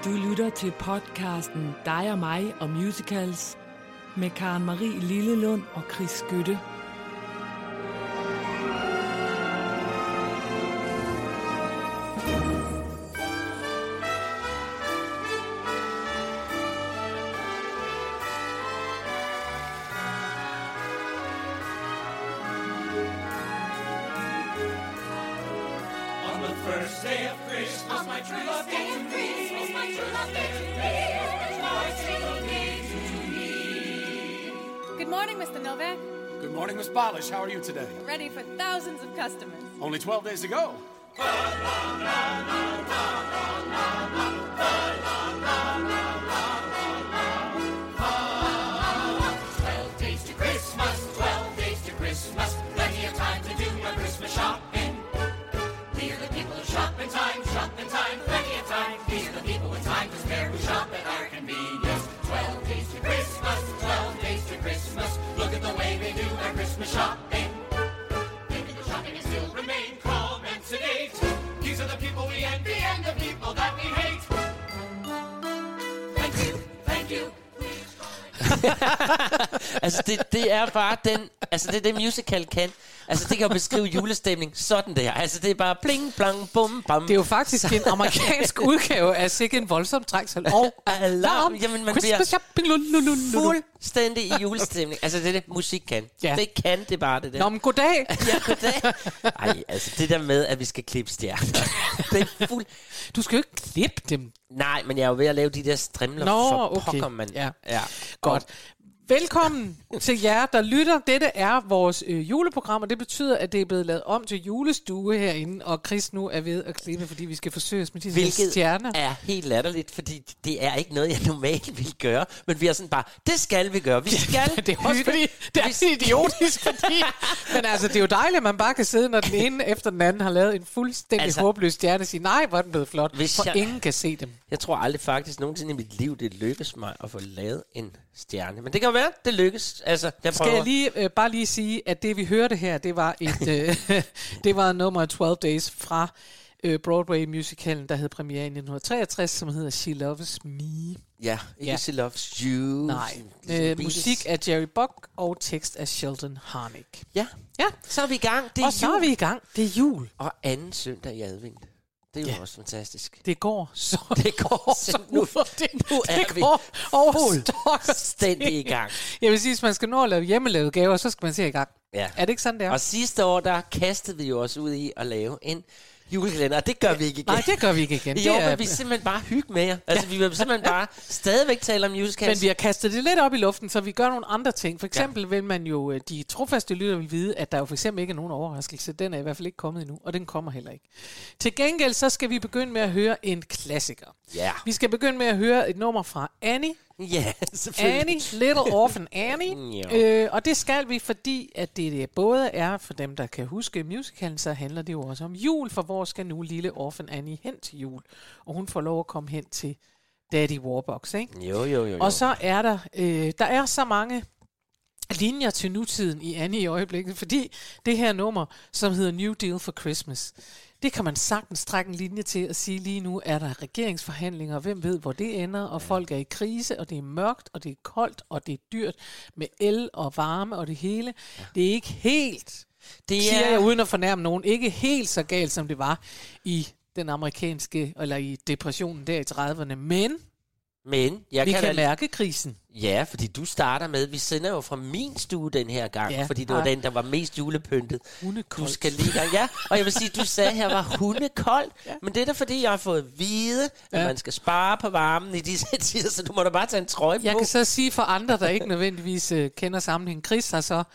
Du lytter til podcasten Dig og mig og musicals med Karen Marie Lillelund og Chris Skytte. Good morning, Mr. Novak. Good morning, Miss Polish. How are you today? Ready for thousands of customers. Only 12 days to go. 12 days to Christmas, 12 days to Christmas. Plenty of time to do my Christmas shopping. We're the people who shop in time, plenty of time. These are the people with time to spare who shop at our convenience. 12 days to Christmas, 12 days to Christmas. Look at the way they do their Christmas shopping. Maybe the shopping and still remain calm and sedate. These are the people we envy and the people that we hate. Thank you, thank you. Altså det er bare den, altså det er det musical kan. Altså det kan jo beskrive julestemning sådan der. Altså det er bare bling blang bum bam. Det er jo faktisk en amerikansk udgave af sikke en voldsom trængsel og alarm. Jamen man Christmas shopping, fuldstændig i julestemning. Altså det er det musik kan. Ja. Det kan det bare det der. Nå, men goddag. Ja, goddag. Ej, altså det der med at vi skal klippe stjerner. Det er fuld. Du skal jo ikke klippe dem. Nej, men jeg er jo ved at lave de der strimler. Nå, for okay. pokker, man. Ja. Ja. Godt. Velkommen til jer, der lytter. Dette er vores juleprogram, og det betyder, at det er blevet lavet om til julestue herinde, og Chris nu er ved at klippe, fordi vi skal forsøge os med de her stjerner. Hvilket er helt latterligt, fordi det er ikke noget, jeg normalt vil gøre, men vi er sådan bare, det skal vi gøre. Vi skal Det er også fordi, det er idiotisk, fordi... Men altså, det er jo dejligt, at man bare kan sidde, når den ene efter den anden har lavet en fuldstændig håbløs stjerne, og sige, nej, hvor er den blevet flot, for ingen kan se dem. Jeg tror aldrig faktisk nogensinde i mit liv, det lykkes mig at få lavet en stjerne. Men det kan jo være, det lykkes. Altså, skal jeg lige bare lige sige, at det vi hørte her, det var et det var nummer 12 Days fra Broadway musicalen, der havde premiere i 1963, som hedder She Loves Me. Ja, ikke She Loves You. Nej, musik af Jerry Buck og tekst af Sheldon Harnick. Ja, så er vi i gang. Det er vi i gang. Det er jul. Og anden søndag i advent. Det er jo også fantastisk. Det går så nu er vi fuldstændig i gang. Jeg vil sige, hvis man skal nå at lave hjemmelavede gaver, så skal man se i gang. Ja. Er det ikke sådan, det er? Og sidste år, der kastede vi jo også ud i at lave en julekalender, og det gør vi ikke igen. Nej, det gør vi ikke igen. Jo, men vi er simpelthen bare hygge med jer. Altså, vi vil simpelthen bare stadigvæk tale om musicals. Men vi har kastet det lidt op i luften, så vi gør nogle andre ting. For eksempel vil man jo, de trofaste lytter vil vide, at der jo for eksempel ikke er nogen overraskelse. Den er i hvert fald ikke kommet endnu, og den kommer heller ikke. Til gengæld, så skal vi begynde med at høre en klassiker. Ja. Vi skal begynde med at høre et nummer fra Annie. Ja, selvfølgelig. Annie, Little Orphan Annie. Og det skal vi, fordi at det både er for dem, der kan huske musicalen, så handler det jo også om jul, for hvor skal nu lille Orphan Annie hen til jul? Og hun får lov at komme hen til Daddy Warbucks, ikke? Jo. Og så er der er så mange linjer til nutiden i Annie i øjeblikket, fordi det her nummer, som hedder New Deal for Christmas, det kan man sagtens trække en linje til at sige, lige nu er der regeringsforhandlinger, og hvem ved, hvor det ender, og folk er i krise, og det er mørkt, og det er koldt, og det er dyrt med el og varme og det hele. Ja. Det er ikke helt, siger jeg uden at fornærme nogen, ikke helt så galt, som det var i den amerikanske, eller i depressionen der i 30'erne, men vi kan mærke krisen. Ja, fordi du starter med, vi sender jo fra min stue den her gang, fordi det var den, der var mest julepyntet. Hundekoldt. Du skal lige gang, og jeg vil sige, du sagde her var hundekoldt, men det er da fordi, jeg har fået at vide, at man skal spare på varmen i disse tider, så du må da bare tage en trøje på. Jeg kan så sige for andre, der ikke nødvendigvis kender sammenhængen, Chris har så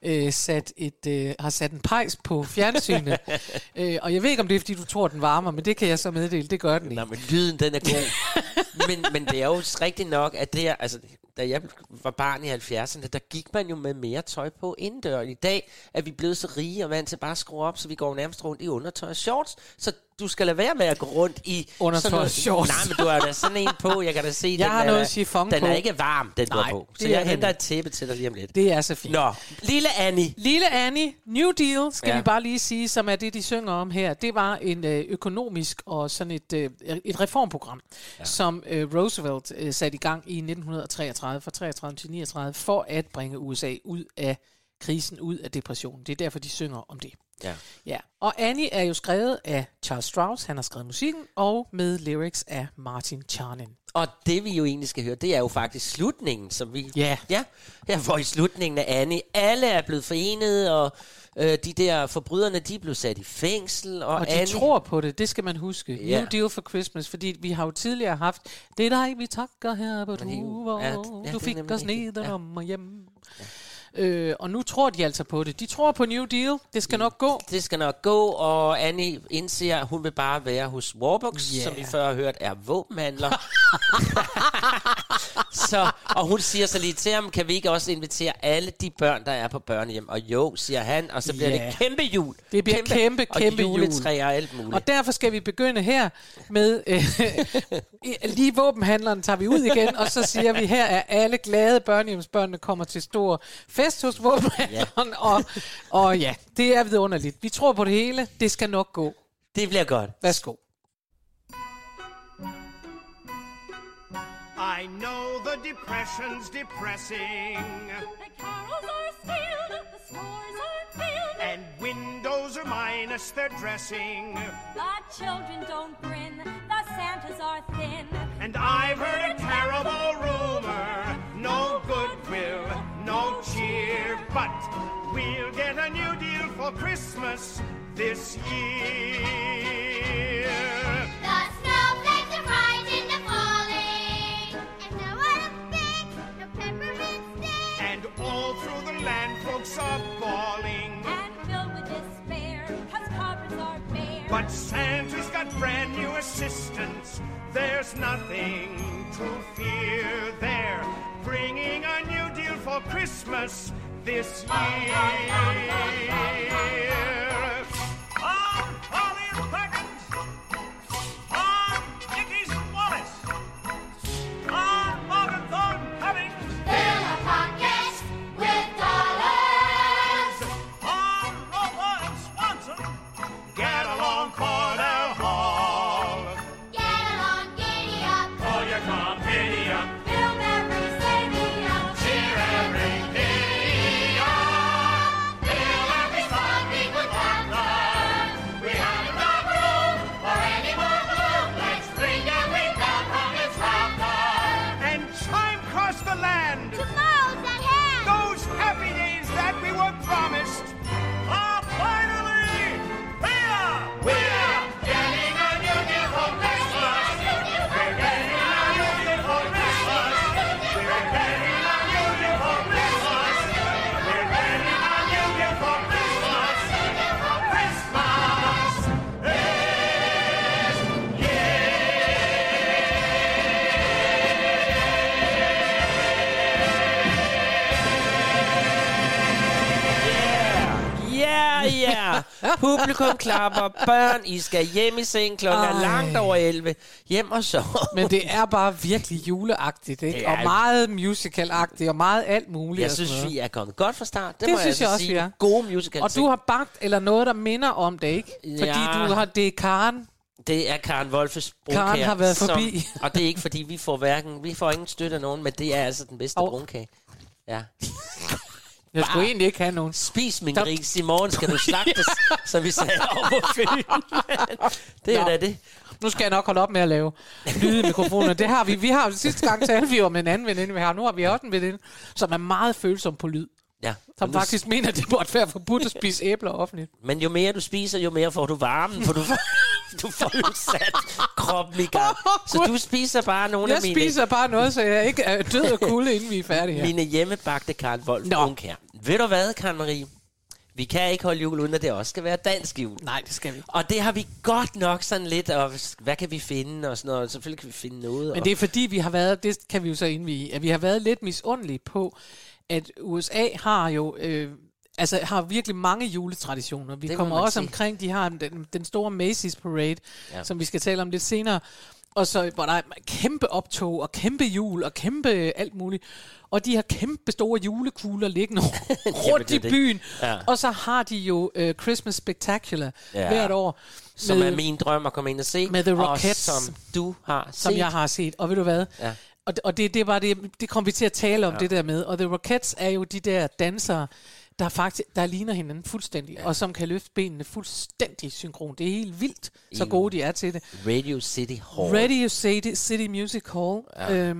sat en pejs på fjernsynet, og jeg ved ikke, om det er, fordi du tror, den varmer, men det kan jeg så meddele, det gør den ikke. Nå, men lyden, den er god. men det er jo rigtigt nok, at det er, altså, da jeg var barn i 70'erne, der gik man jo med mere tøj på indendøren. I dag er vi blevet så rige og vant til bare at skrue op, så vi går nærmest rundt i undertøj og shorts. Så du skal lade være med at gå rundt i... Undertøj shorts. Nej, men du har da sådan en på, jeg kan da se, jeg har noget chiffon på. Den er ikke varm, den går på. Så jeg henter et tæppe til dig lige om lidt. Det er så fint. Nå, Lille Annie. Lille Annie, New Deal, skal vi bare lige sige, som er det, de synger om her. Det var en økonomisk og sådan et reformprogram, som Roosevelt satte i gang i 1933, fra 33 til 39, for at bringe USA ud af krisen, ud af depressionen. Det er derfor, de synger om det. Ja. Og Annie er jo skrevet af Charles Strauss, han har skrevet musikken, og med lyrics af Martin Charnin. Og det vi jo egentlig skal høre, det er jo faktisk slutningen, som vi... Ja. Hvor i slutningen af Annie, alle er blevet forenet, og de der forbryderne, de blev sat i fængsel. Og de tror på det skal man huske. New Deal for Christmas, fordi vi har jo tidligere haft, det er dig, vi takker her på du fik os nedenom og hjem. Og nu tror de altså på det. De tror på New Deal. Det skal nok gå. Det skal nok gå, og Annie indser, at hun vil bare være hos Warbucks, som vi før har hørt er våbenhandler. Og hun siger så lige til ham, kan vi ikke også invitere alle de børn, der er på børnehjem? Og jo, siger han, og så bliver det kæmpe jul. Det bliver kæmpe og juletræer og alt muligt. Og derfor skal vi begynde her med, lige våbenhandleren tager vi ud igen, og så siger vi, her er alle glade børnehjemsbørnene kommer til stor fest hos våbenhandleren, og ja, det er vidunderligt. Vi tror på det hele. Det skal nok gå. Det bliver godt. Værsgo. I know the depression's depressing. The carols are stilled, the stores are filled, And windows are minus their dressing. the children don't grin, the Santas are thin. And I've heard a terrible rumor, no goodwill, no cheer, but we'll get a new deal for Christmas this year. The snowflakes are frightened of falling, and no other big, no peppermint sticks. And all through the land folks are bawling, And filled with despair, 'cause cupboards are bare. but Santa's got brand new assistants. There's nothing to fear there, bringing a new deal for Christmas this year. On Polly and Perkins, on Dickies and Wallace, on Morgan Thorne Cummings, Fill our pockets with dollars. on Roper and Swanson, get along Cornell Hall. Get along, giddy up. Oh, you come giddy up, Fill every stadium, cheer every giddy up, fill every Something with laughter. We haven't got room for any more gloom. Let's bring every bell from its laughter and chime across the land. Tomorrow's at hand. Those happy days that we were promised are finally here. We're getting a new deal for Christmas. We're getting a new deal for Christmas. We're getting a new deal for Christmas. We're getting a new deal for Christmas. Christmas is Ja. Publikum klapper. Børn, I skal hjem i seng. Klokken er langt over 11. Hjem og sove. Men det er bare virkelig juleagtigt, ikke? Ja. Og meget musicalagtigt, og meget alt muligt. Jeg og sådan synes, noget. vi er kommet godt fra start. Det må synes jeg også, sige. vi er. Gode musical. Og du har bagt eller noget, der minder om det, ikke? Fordi Ja. det er Karen. Det er Karen Wolfes brunkage. Karen har været forbi. Og det er ikke, fordi vi får ingen støtte af nogen, men det er altså den bedste brunkage. Ja. Jeg skulle egentlig ikke have nogen. Spis min gris. I morgen skal du slagtes, som vi sagde over på filmen. Det er da det. Nu skal jeg nok holde op med at lave lyde i mikrofoner. Det har vi. Vi har jo sidste gang talte vi om en anden veninde, vi har. Nu har vi også en veninde, som er meget følsom på lyd. Ja. Som faktisk mener, at det burde være forbudt at spise æbler offentligt. Men jo mere du spiser, jo mere får du varmen, for du får jo sat kroppen i gang. Så du spiser bare nogle af mine... Jeg spiser bare noget, så jeg ikke er død og kulde, inden vi er færdige her. Mine hjemmebagte Karen Wolf brunkær. Ved du hvad, Karen Marie? Vi kan ikke holde jul, uden at det også skal være dansk jul. Nej, det skal vi. Og det har vi godt nok sådan lidt, og hvad kan vi finde, og sådan noget. Selvfølgelig kan vi finde noget. Men det er fordi, vi har været, det kan vi jo så indvige, at vi har været lidt misundelige på, at USA har jo altså har virkelig mange juletraditioner. Vi Det må kommer man også sige. omkring, de har den store Macy's Parade, som vi skal tale om lidt senere. Og så hvor der er kæmpe optog, og kæmpe jul, og kæmpe alt muligt. Og de har kæmpe store julekugler liggende rundt i byen. Ja. Og så har de jo Christmas Spectacular hvert år. Som er min drøm at komme ind og se. Med The Rockettes. Og som du har set. Som jeg har set. Og ved du hvad? Ja. Og det var det kom vi til at tale om det der med. Og The Rockettes er jo de der dansere, der ligner hinanden fuldstændig, og som kan løfte benene fuldstændig synkron. Det er helt vildt, så gode de er til det. Radio City Hall. Radio City Music Hall. Ja.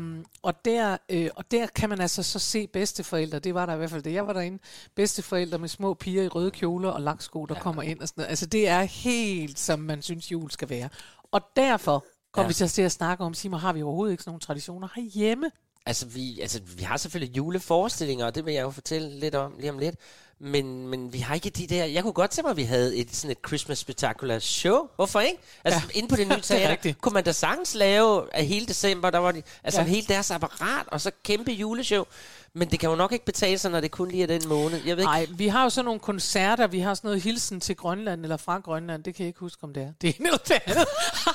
Og der kan man altså så se bedsteforældre. Det var der i hvert fald, det jeg var derinde. Bedsteforældre med små piger i røde kjoler og laksko, der kommer ind og sådan noget. Altså det er helt, som man synes jul skal være. Og derfor kommer vi til at snakke om, Simon, har vi overhovedet ikke sådan nogle traditioner herhjemme? Altså vi har selvfølgelig juleforestillinger, og det vil jeg jo fortælle lidt om lige om lidt. Men vi har ikke de der... Jeg kunne godt tænke mig, at vi havde sådan et Christmas Spectacular show. Hvorfor ikke? Altså inde på det nye teater kunne man da sagtens lave af hele december, der var de, hele deres apparat, og så kæmpe juleshow. Men det kan jo nok ikke betale sig, når det kun lige er den måned. Jeg ved Nej, vi har jo sådan nogle koncerter. Vi har sådan noget hilsen til Grønland eller fra Grønland. Det kan jeg ikke huske, om det er. Det er noget andet.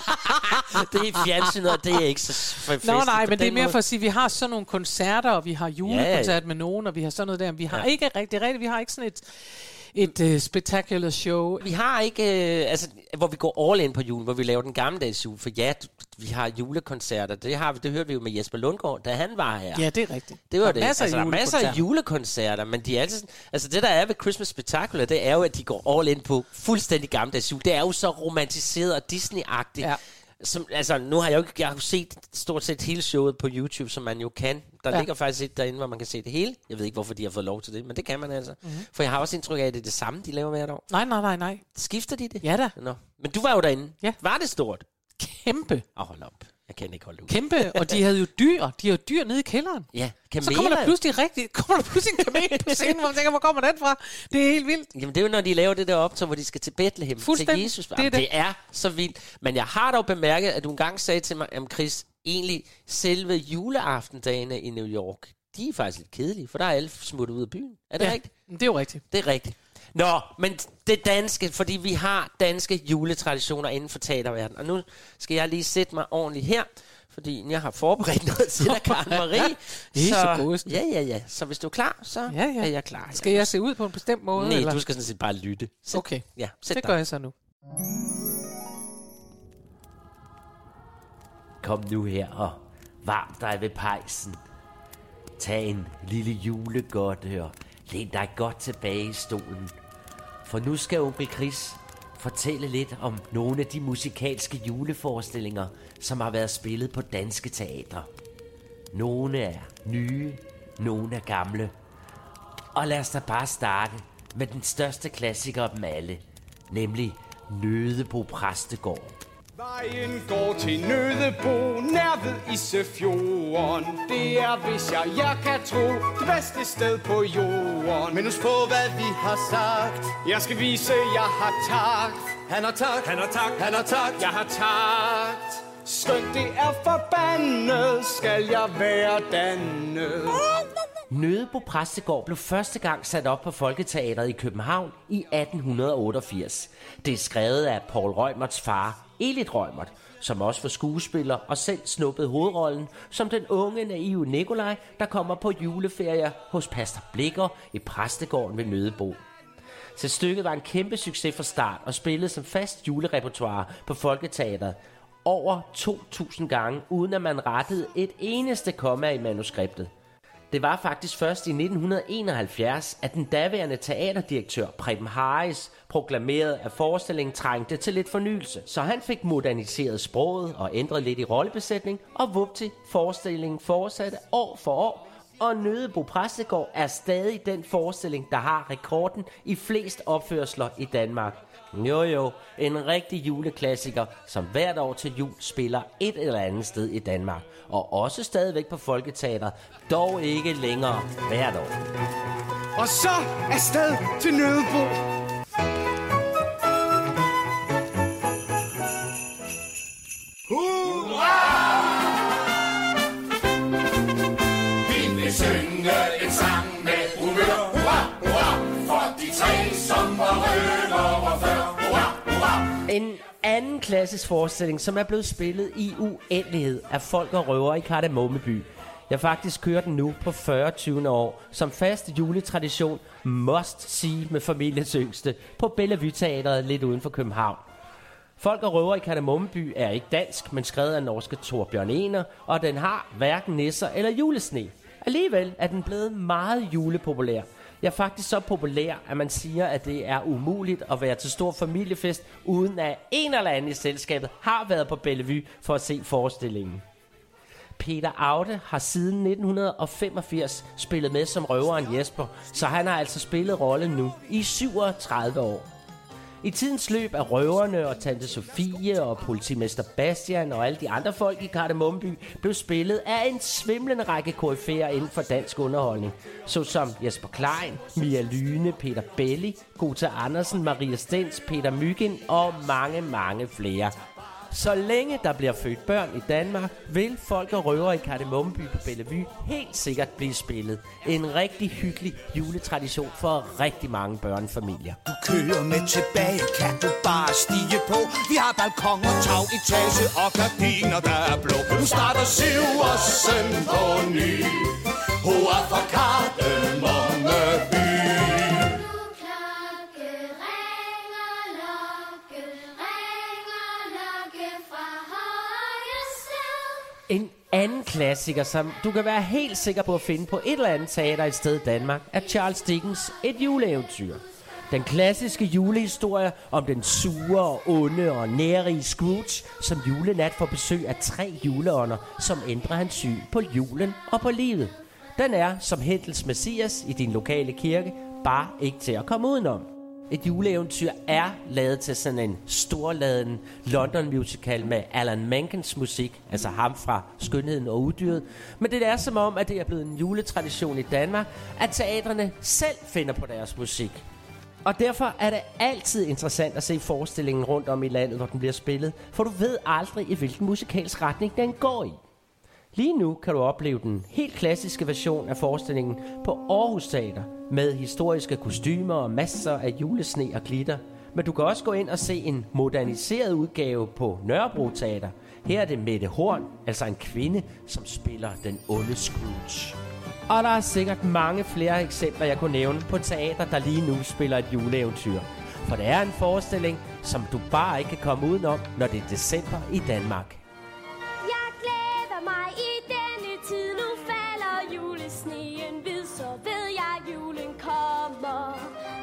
Det er i fjernsynet, og det er ikke så festligt. Nej, men det er mere for at sige, at vi har sådan nogle koncerter, og vi har julekoncert med nogen, og vi har sådan noget der. Vi har ikke rigtigt, vi har ikke sådan et spectacular show. Vi har ikke, hvor vi går all in på julen, hvor vi laver den gammeldags jul. For vi har julekoncerter. Det hørte vi jo med Jesper Lundgaard, da han var her. Ja, det er rigtigt. Det var der det. Der er masser af julekoncerter, men de er altid... Altså det, der er ved Christmas Spectacular, det er jo, at de går all in på fuldstændig gammeldags jul. Det er jo så romantiseret og Disney-agtigt. Ja. Nu har jeg jo set stort set hele showet på YouTube, som man jo kan. Der ligger faktisk et derinde, hvor man kan se det hele. Jeg ved ikke, hvorfor de har fået lov til det, men det kan man altså. Mm-hmm. For jeg har også indtryk af, at det er det samme, de laver hvert år. Nej. Skifter de det? Ja da. Nå. Men du var jo derinde. Ja. Var det stort? Kæmpe. Hold op. Jeg kan ikke holde ud. Kæmpe, og de havde jo dyr. De havde dyr nede i kælderen. Ja, kameler. Så kommer der pludselig en kamel på scenen, hvor man tænker, hvor kommer den fra? Det er helt vildt. Jamen det er jo, når de laver det der optog, hvor de skal til Bethlehem, til Jesus. Det er så vildt. Men jeg har dog bemærket, at du engang sagde til mig, Chris, egentlig selve juleaftendagene i New York, de er faktisk lidt kedelige, for der er alle smuttet ud af byen. Er det rigtigt? Det er jo rigtigt. Det er rigtigt. Nå, men det danske, fordi vi har danske juletraditioner inden for teaterverdenen. Og nu skal jeg lige sætte mig ordentligt her, fordi jeg har forberedt noget til dig, Karen Marie. Så ja. Så hvis du er klar, så er jeg klar. Skal jeg se ud på en bestemt måde? Nej, eller? du skal sådan set bare lytte. Okay, ja, det gør jeg så nu. Kom nu her og varm dig ved pejsen. Tag en lille julegodte og læn dig godt tilbage i stolen. For nu skal onkel Chris fortælle lidt om nogle af de musikalske juleforestillinger, som har været spillet på danske teatre. Nogle er nye, nogle er gamle. Og lad os da bare starte med den største klassiker af dem alle, nemlig Nødebo Præstegård. Vejen går til Nødebo, nær ved Isefjorden. Det er, hvis jeg kan tro, det bedste sted på jorden. Men husk på, hvad vi har sagt. Jeg skal vise, jeg har takt. Han har takt, han har takt, han har takt, jeg har takt. Skønt det er forbandet, skal jeg være dannet. Nødebo Præstegård blev første gang sat op på Folketeatret i København i 1888. Det er skrevet af Poul Reumerts far, Elith Reumert, som også var skuespiller og selv snuppede hovedrollen som den unge, naive Nikolaj, der kommer på juleferie hos pastor Blikker i præstegården ved Nødebo. Så stykket var en kæmpe succes fra start og spillede som fast julerepertoire på Folketeatret over 2.000 gange, uden at man rettede et eneste komma i manuskriptet. Det var faktisk først i 1971, at den daværende teaterdirektør Preben Harris proklamerede, at forestillingen trængte til lidt fornyelse. Så han fik moderniseret sproget og ændret lidt i rollebesætning, og vupti, forestillingen fortsatte år for år. Og Nødebo Præstegård er stadig den forestilling, der har rekorden i flest opførsler i Danmark. Jo, en rigtig juleklassiker, som hvert år til jul spiller et eller andet sted i Danmark. Og også stadigvæk på Folketeatret, dog ikke længere hvert år. Og så afsted til Nødebo. Vi vil synge en sang med humør, hurra, hurra, for En anden klassisk forestilling, som er blevet spillet i uendelighed af Folk og Røver i Kardemommeby. Jeg faktisk kører den nu på 40. år som fast juletradition must see med familiens yngste på Bellevue Teatret lidt uden for København. Folk og Røver i Kardemommeby er ikke dansk, men skrevet af norske Torbjørn Ener, og den har hverken nisser eller julesne. Alligevel er den blevet meget julepopulær. Jeg er faktisk så populær, at man siger, at det er umuligt at være til stor familiefest, uden at en eller anden i selskabet har været på Bellevue for at se forestillingen. Peter Aude har siden 1985 spillet med som røveren Jesper, så han har altså spillet rollen nu i 37 år. I tidens løb er røverne og tante Sofie og politimester Bastian og alle de andre folk i Kardemommeby blev spillet af en svimlende række koryfæer inden for dansk underholdning, såsom Jesper Klein, Mia Lyne, Peter Belli, Gota Andersen, Maria Stens, Peter Myggen og mange, mange flere. Så længe der bliver født børn i Danmark, vil Folk og Røver i Kardemommeby på Bellevue helt sikkert blive spillet. En rigtig hyggelig juletradition for rigtig mange børnefamilier. Du kører med tilbage, kan du bare stige på. Vi har balkon og tag, etage og gardiner, der er blå. Nu starter Siversen på ny. Hoa for Kardemommeby. En anden klassiker, som du kan være helt sikker på at finde på et eller andet teater et sted i Danmark, er Charles Dickens' Et juleeventyr. Den klassiske julehistorie om den sure og onde og nærige Scrooge, som julenat får besøg af 3 juleånder, som ændrer hans syn på julen og på livet. Den er, som Händels Messias i din lokale kirke, bare ikke til at komme udenom. Et juleeventyr er lavet til sådan en storladen London musical med Alan Menkens musik, altså ham fra Skønheden og Udyret. Men det er som om, at det er blevet en juletradition i Danmark, at teatrene selv finder på deres musik. Og derfor er det altid interessant at se forestillingen rundt om i landet, hvor den bliver spillet, for du ved aldrig, i hvilken musikalsk retning den går i. Lige nu kan du opleve den helt klassiske version af forestillingen på Aarhus Teater med historiske kostymer og masser af julesne og glitter. Men du kan også gå ind og se en moderniseret udgave på Nørrebro Teater. Her er det Mette Horn, altså en kvinde, som spiller den onde Scrooge. Og der er sikkert mange flere eksempler, jeg kunne nævne på teater, der lige nu spiller et juleeventyr. For det er en forestilling, som du bare ikke kan komme udenom, når det er december i Danmark. Jeg glæder mig i denne tid, nu falder julesneen vid, så ved jeg, julen kommer.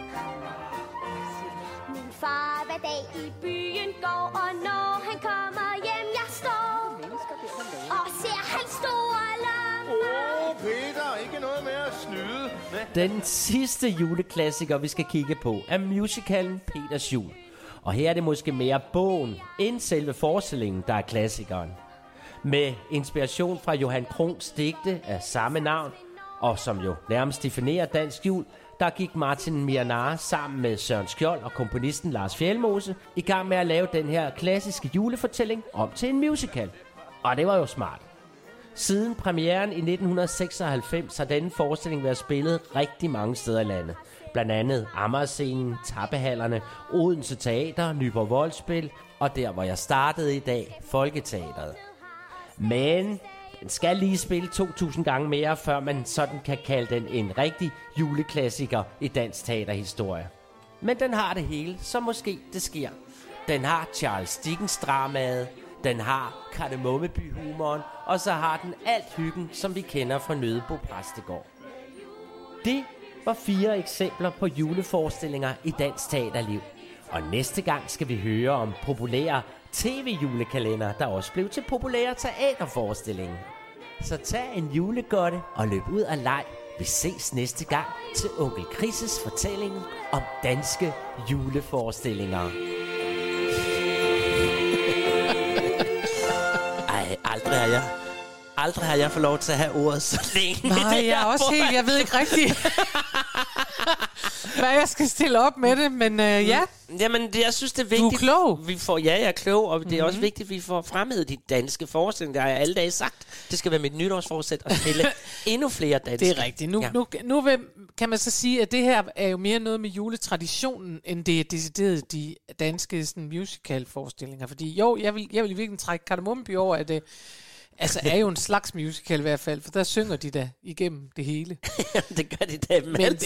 Min far hver dag i byen går, og når han kommer hjem, jeg står og ser hans store lommer. Peter, ikke noget med at snyde. Den sidste juleklassiker, vi skal kigge på, er musicalen Peters Jul. Og her er det måske mere bogen end selve forestillingen, der er klassikeren. Med inspiration fra Johan Krohns digte af samme navn, og som jo nærmest definerer dansk jul, der gik Martin Mienaar sammen med Søren Skjold og komponisten Lars Fjeldmose i gang med at lave den her klassiske julefortælling om til en musical. Og det var jo smart. Siden premieren i 1996 har denne forestilling været spillet rigtig mange steder i landet. Blandt andet Amagerscenen, Tappehallerne, Odense Teater, Nyborg Voldspil og der, hvor jeg startede i dag, Folketeatret. Men den skal lige spille 2000 gange mere, før man sådan kan kalde den en rigtig juleklassiker i dansk teaterhistorie. Men den har det hele, så måske det sker. Den har Charles Dickens dramaet, den har Kardemommeby-humoren, og så har den alt hyggen, som vi kender fra Nødebo Præstegård. Det var 4 eksempler på juleforestillinger i dansk teaterliv. Og næste gang skal vi høre om populære tv-julekalender, der også blev til populære teaterforestillinger. Så tag en julegodte og løb ud og leg. Vi ses næste gang til Onkel Chris' fortælling om danske juleforestillinger. Ej, aldrig har jeg fået lov til at have ordet så længe. Nej, jeg er også helt, jeg ved ikke rigtigt. hvad jeg skal stille op med det, men ja. Jamen, jeg synes, det er vigtigt. Du er klog. Jeg er klog, og det er også vigtigt, at vi får fremhævet de danske forestillinger. Der har jeg alle dage sagt. Det skal være mit nytårsforsæt at spille endnu flere danske. Det er rigtigt. Nu kan man så sige, at det her er jo mere noget med juletraditionen, end det er decideret de danske sådan, musical-forestillinger. Fordi jo, jeg vil i virkeligheden trække Kardemommeby over, at det er jo en slags musical i hvert fald, for der synger de da igennem det hele. Det gør de da med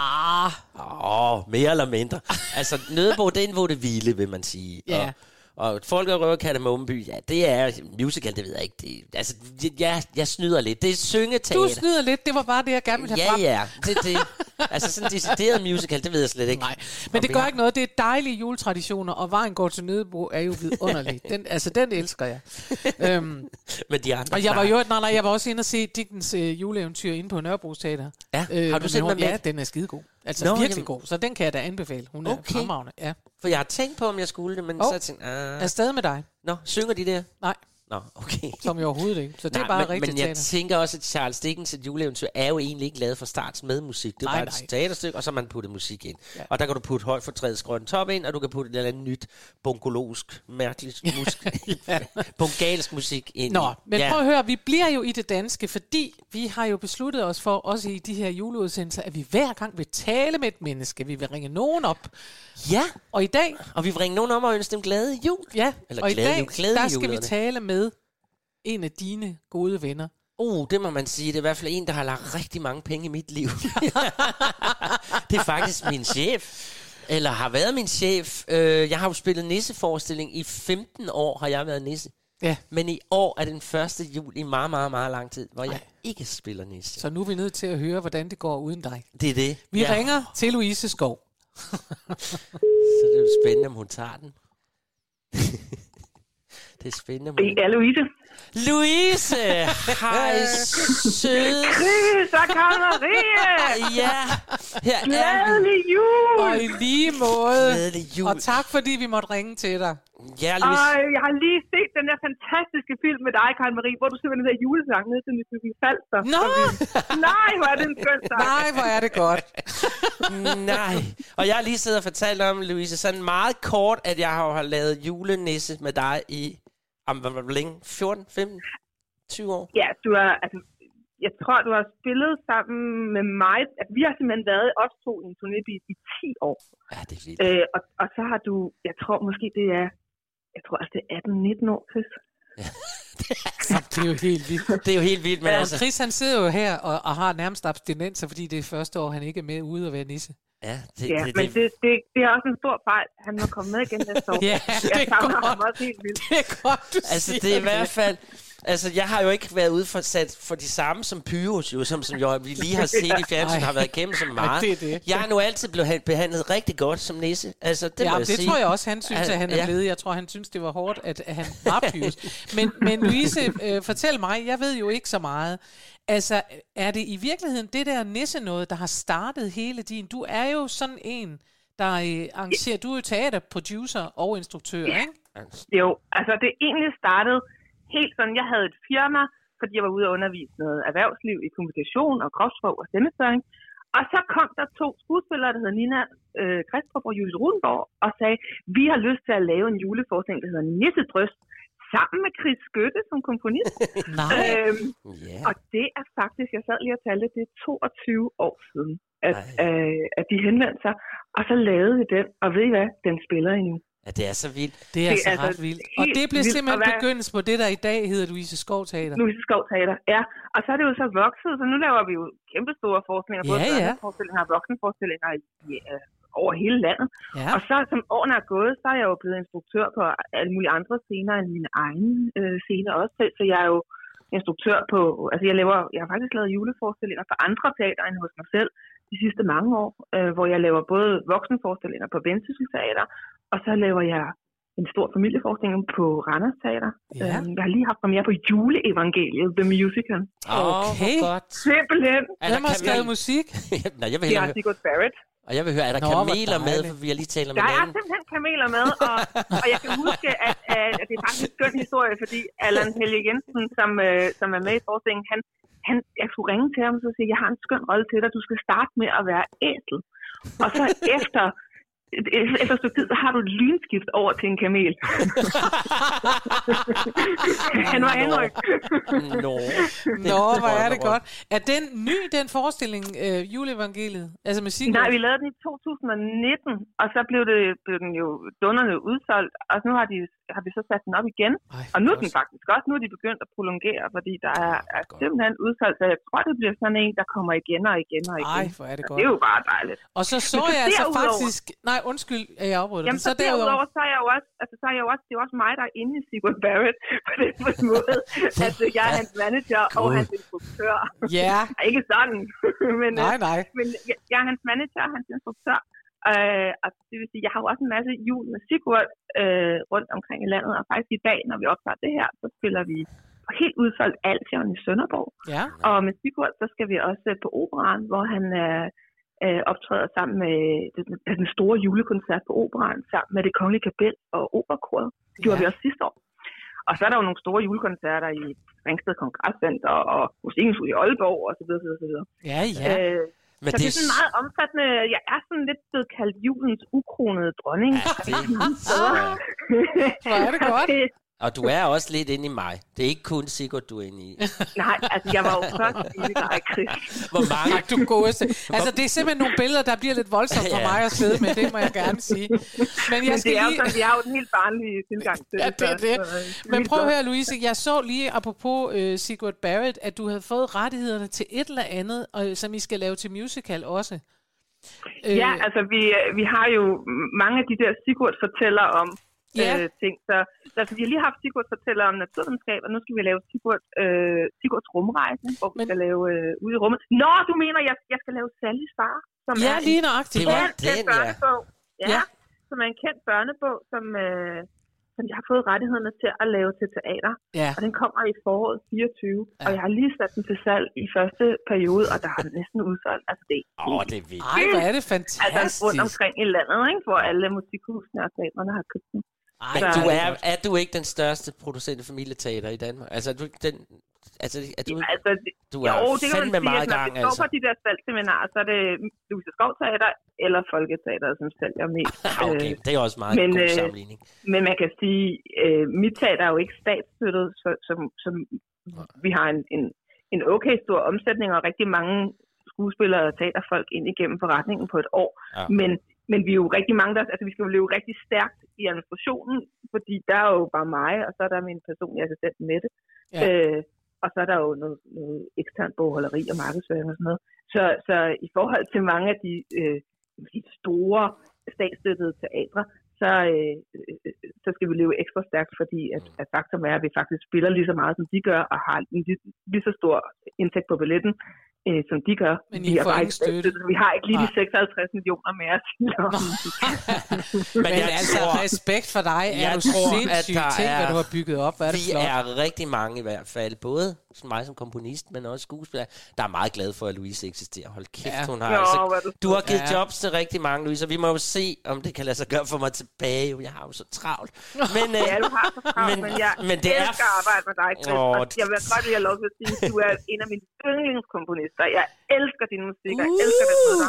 mere eller mindre. Altså, Nøddebo, det er en vaudeville, vil man sige. Ja. Og Folk og Røver Kardemommeby, ja, det er musical, det ved jeg ikke. Jeg snyder lidt. Det er syngeteater. Du snyder lidt, det var bare det, jeg gerne ville have frem. Ja, det. Altså sådan en decideret musical, det ved jeg slet ikke. Nej, men det gør ikke noget. Det er dejlige juletraditioner, og Vejen går til Nøddebo er jo vidunderlig. Den elsker jeg. Men de andre. Og jeg var også inde og se Dickens juleeventyr inde på Nørrebro Teater. Ja, har du set den? Ja, den er skidegod. Altså virkelig god. Så den kan jeg da anbefale. Hun er fremragende. Ja. For jeg har tænkt på, om jeg skulle det, men så tænkte jeg... Er stadig med dig? Nå, synger de der? Nej. Nå, okay. Som jo overhovedet ikke. Så det er bare rigtigt. Men jeg tænker også, at Charles Dickens' juleeventyr er jo egentlig ikke lavet fra start med musik. Det er bare et teaterstykke, og så man puttet musik ind. Ja. Og der kan du putte højt for træets grønne top ind, og du kan putte et eller andet nyt bongologisk, mærkeligt bongalsk musik ind. Nå, men prøv at høre, vi bliver jo i det danske, fordi vi har jo besluttet os for, også i de her juleudsendelser, at vi hver gang vil tale med et menneske. Vi vil ringe nogen op. Ja. Og i dag... Og vi vil ringe nogen om og ønske dem glade jul. Ja, eller og glade i dag, jul, der skal vi tale med en af dine gode venner. Det må man sige. Det er i hvert fald en, der har lagt rigtig mange penge i mit liv. Det er faktisk min chef. Eller har været min chef. Jeg har jo spillet nisseforestilling. I 15 år har jeg været nisse. Ja. Men i år er den første jul i meget, meget, meget lang tid, hvor jeg ikke spiller nisse. Så nu er vi nødt til at høre, hvordan det går uden dig. Det er det. Vi ringer til Louise Skov. Så det er jo spændende, om hun tager den. Det er spændende. Det er Louise. Louise! Hej, søde. Chris og Marie! Ja, her Glædelig jul! Og i lige måde. Glædelig jul. Og tak, fordi vi måtte ringe til dig. Ja, Louise. Og jeg har lige set den der fantastiske film med dig, Karen Marie, hvor du synger den der julesang ned til Nykøbing Falster. Nå! Nej, hvor er det en skøn sang. Nej, hvor er det godt. Nej. Og jeg har lige siddet og fortalt om, Louise, sådan meget kort, at jeg har lavet julenisse med dig i... Hvor længe? 14, 15, 20 år? Ja, du er, altså, jeg tror, du har spillet sammen med mig. Altså, vi har simpelthen været os to i en turnébil i 10 år. Ja, det er vildt. Og så har du, jeg tror måske det er, det er 18-19 år, Chris. Ja. Det er jo helt vildt. Det er jo helt vildt, men altså... Chris, han sidder jo her og har nærmest abstinenser, fordi det er første år, han ikke er med ude og være nisse. Ja, men det er også en stor fejl. Han må komme med igen næste år. Ja, det er godt. Det er godt, du altså, det er i hvert fald... Altså, jeg har jo ikke været udsat for de samme som Pyrus, jo, som jo, vi lige har set i fjernsynet, har været igennem så meget. Jeg har nu altid blevet behandlet rigtig godt som nisse. Altså, det må jeg sige. Tror jeg også, han synes, at han er blevet. Jeg tror, han synes, det var hårdt, at han var Pyrus. Men Louise, fortæl mig, jeg ved jo ikke så meget. Altså, er det i virkeligheden det der nisse noget, der har startet hele din... Du er jo sådan en, der arrangerer... Du er jo teaterproducer og instruktør, ikke? Jo, altså det egentlig startede helt sådan... Jeg havde et firma, fordi jeg var ude og undervise noget erhvervsliv i kommunikation og kropssprog og stemmeføring. Og så kom der 2 skuespillere, der hedder Nina Kristrup og Julie Rudenborg, og sagde, vi har lyst til at lave en juleforestilling, der hedder Nissedrøst, sammen med Chris Skytte som komponist. Og det er faktisk, jeg sad lige og talte, det er 22 år siden, at de henvendte sig. Og så lavede vi den, og ved I hvad, den spiller endnu. Ja, det er så vildt. Det er altså ret vildt. Og det blev simpelthen begyndelsen på det, der i dag hedder Louise Skov Teater. Louise Skov Teater, ja. Og så er det jo så vokset, så nu laver vi jo kæmpe store forestillinger, både børneforestillinger og voksenforestillinger over hele landet. Ja. Og så som årene er gået, så er jeg jo blevet instruktør på alle mulige andre scener end mine egne scener også. Så jeg er jo instruktør på, altså jeg har faktisk lavet juleforestillinger for andre teater end hos mig selv de sidste mange år, hvor jeg laver både voksenforestillinger på Vendsyssel Teater, og så laver jeg en stor familieforestilling på Randers Teater. Ja. Jeg har lige haft premiere på Juleevangeliet, The Musical. Okay. Godt. Simpelthen. Hvem har skrevet musik? Nej, jeg vil det er Sigurd Barrett. Og jeg vil høre, er der kameler med, for vi har lige talt om der er simpelthen kameler med, og jeg kan huske, at det er faktisk en skøn historie, fordi Allan Helge Jensen, som er med i forestillingen, jeg skulle ringe til ham og sige, jeg har en skøn rolle til dig, du skal starte med at være æsel. Og så efter et stykke tid, så har du et lynskift over til en kamel. Han var henryk. Nå, hvor er det godt. Er den ny, den forestilling, Juleevangeliet? Altså musikken? Nej, vi lavede den i 2019, og så blev den jo dundrende udsolgt, og nu har vi så sat den op igen. Og nu er den faktisk også, nu er de begyndt at prolongere, fordi der er simpelthen udsolgt, så jeg tror, det bliver sådan en, der kommer igen og igen og igen. Ej, hvor er det godt. Det er jo bare dejligt. Og så jeg altså faktisk... Nej, undskyld, at jeg afbryder. Jamen, så derudover, så er jeg jo også, det er jo også mig, der er inde i Sigurd Barrett, på den måde, at jeg er hans manager og hans instruktør. Ja. Ikke sådan, men, nej. Men jeg er hans manager og hans instruktør. Og det vil sige, jeg har jo også en masse jul med Sigurd rundt omkring i landet, og faktisk i dag, når vi optager det her, så spiller vi på helt udsolgt Altion i Sønderborg. Ja. Og med Sigurd, så skal vi også på Operaen, hvor han optræder sammen med den store julekoncert på Operaen, sammen med Det Kongelige Kapel og Operakoret. Det gjorde vi også sidste år. Og så er der jo nogle store julekoncerter i Ringsted Kongresscenter og Musikens Hus i Aalborg og så videre. Ja. Men så det er sådan meget omfattende. Jeg er sådan lidt blevet kaldt julens ukronede dronning. Ja, hvor er det godt. Og du er også lidt inde i mig. Det er ikke kun Sigurd, du er inde i. Nej, altså jeg var jo først i dig, Chris. Hvor mange? Du godeste. Altså det er simpelthen nogle billeder, der bliver lidt voldsomt for mig at sidde med. Det må jeg gerne sige. Men jeg skal det er lige... sådan, vi har jo den helt barnlige tilgang til det. Ja, det er det. Men prøv at høre, Louise. Jeg så lige, apropos Sigurd Barrett, at du havde fået rettighederne til et eller andet, som I skal lave til musical også. Ja, altså vi har jo mange af de der Sigurd fortæller om ting. Så altså, vi har lige haft Sigurd fortæller om naturvidenskab, og nu skal vi lave Sigurds rumrejse, hvor vi skal lave ude i rummet. Nå, du mener, jeg skal lave Sallys far, som er lige nøjagtigt. Det var den, børnebog. Ja, som er en kendt børnebog, som jeg har fået rettighederne til at lave til teater. Ja. Og den kommer i foråret 24, og jeg har lige sat den til salg i første periode, og der har den næsten udsolgt. Altså det det er vildt. Ej, hvor er det fantastisk. Altså rundt omkring i landet, ikke, hvor alle musikhusene og teaterne har købt den. Men er du ikke den største producent af familieteater i Danmark? Altså, du er fandme meget gang. Når vi står på de der salgseminarer, så er det Louise Skov Teater eller Folketeater, som sælger mest. Okay, det er også meget god sammenligning. Men man kan sige, mit teater er jo ikke statsstøttet, som vi har en okay stor omsætning, og rigtig mange skuespillere og teaterfolk ind igennem forretningen på et år. Ja. Men vi er jo rigtig mange, vi skal jo leve rigtig stærkt i administrationen, fordi der er jo bare mig, og så er der min personlige assistent Mette. Ja. Og så er der jo noget ekstern bogholderi og markedsføring og sådan noget. Så i forhold til mange af de store statsstøttede teatre, så skal vi leve ekstra stærkt, fordi at faktum er, at vi faktisk spiller lige så meget, som de gør, og har lige så stor indtægt på billetten, som de gør. Men I får ikke støtte. Vi har ikke lige de 56 millioner mere til Men altså, respekt for dig. Er du sindssygt ting, hvad du har bygget op? Hvad er det flot? Vi er rigtig mange i hvert fald. Både mig som komponist, men også skuespiller. Der er meget glad for, at Louise eksisterer. Hold kæft, hun har du har givet jobs til rigtig mange, Louise, og vi må jo se, om det kan lade sig gøre for mig tilbage. Jeg har jo så travlt. Men, du har så travlt, men jeg elsker at arbejde med dig, Chris. Jeg vil godt lige have lov til at sige, at du er en af mine yndlingskomponister. Jeg elsker din musik, og jeg elsker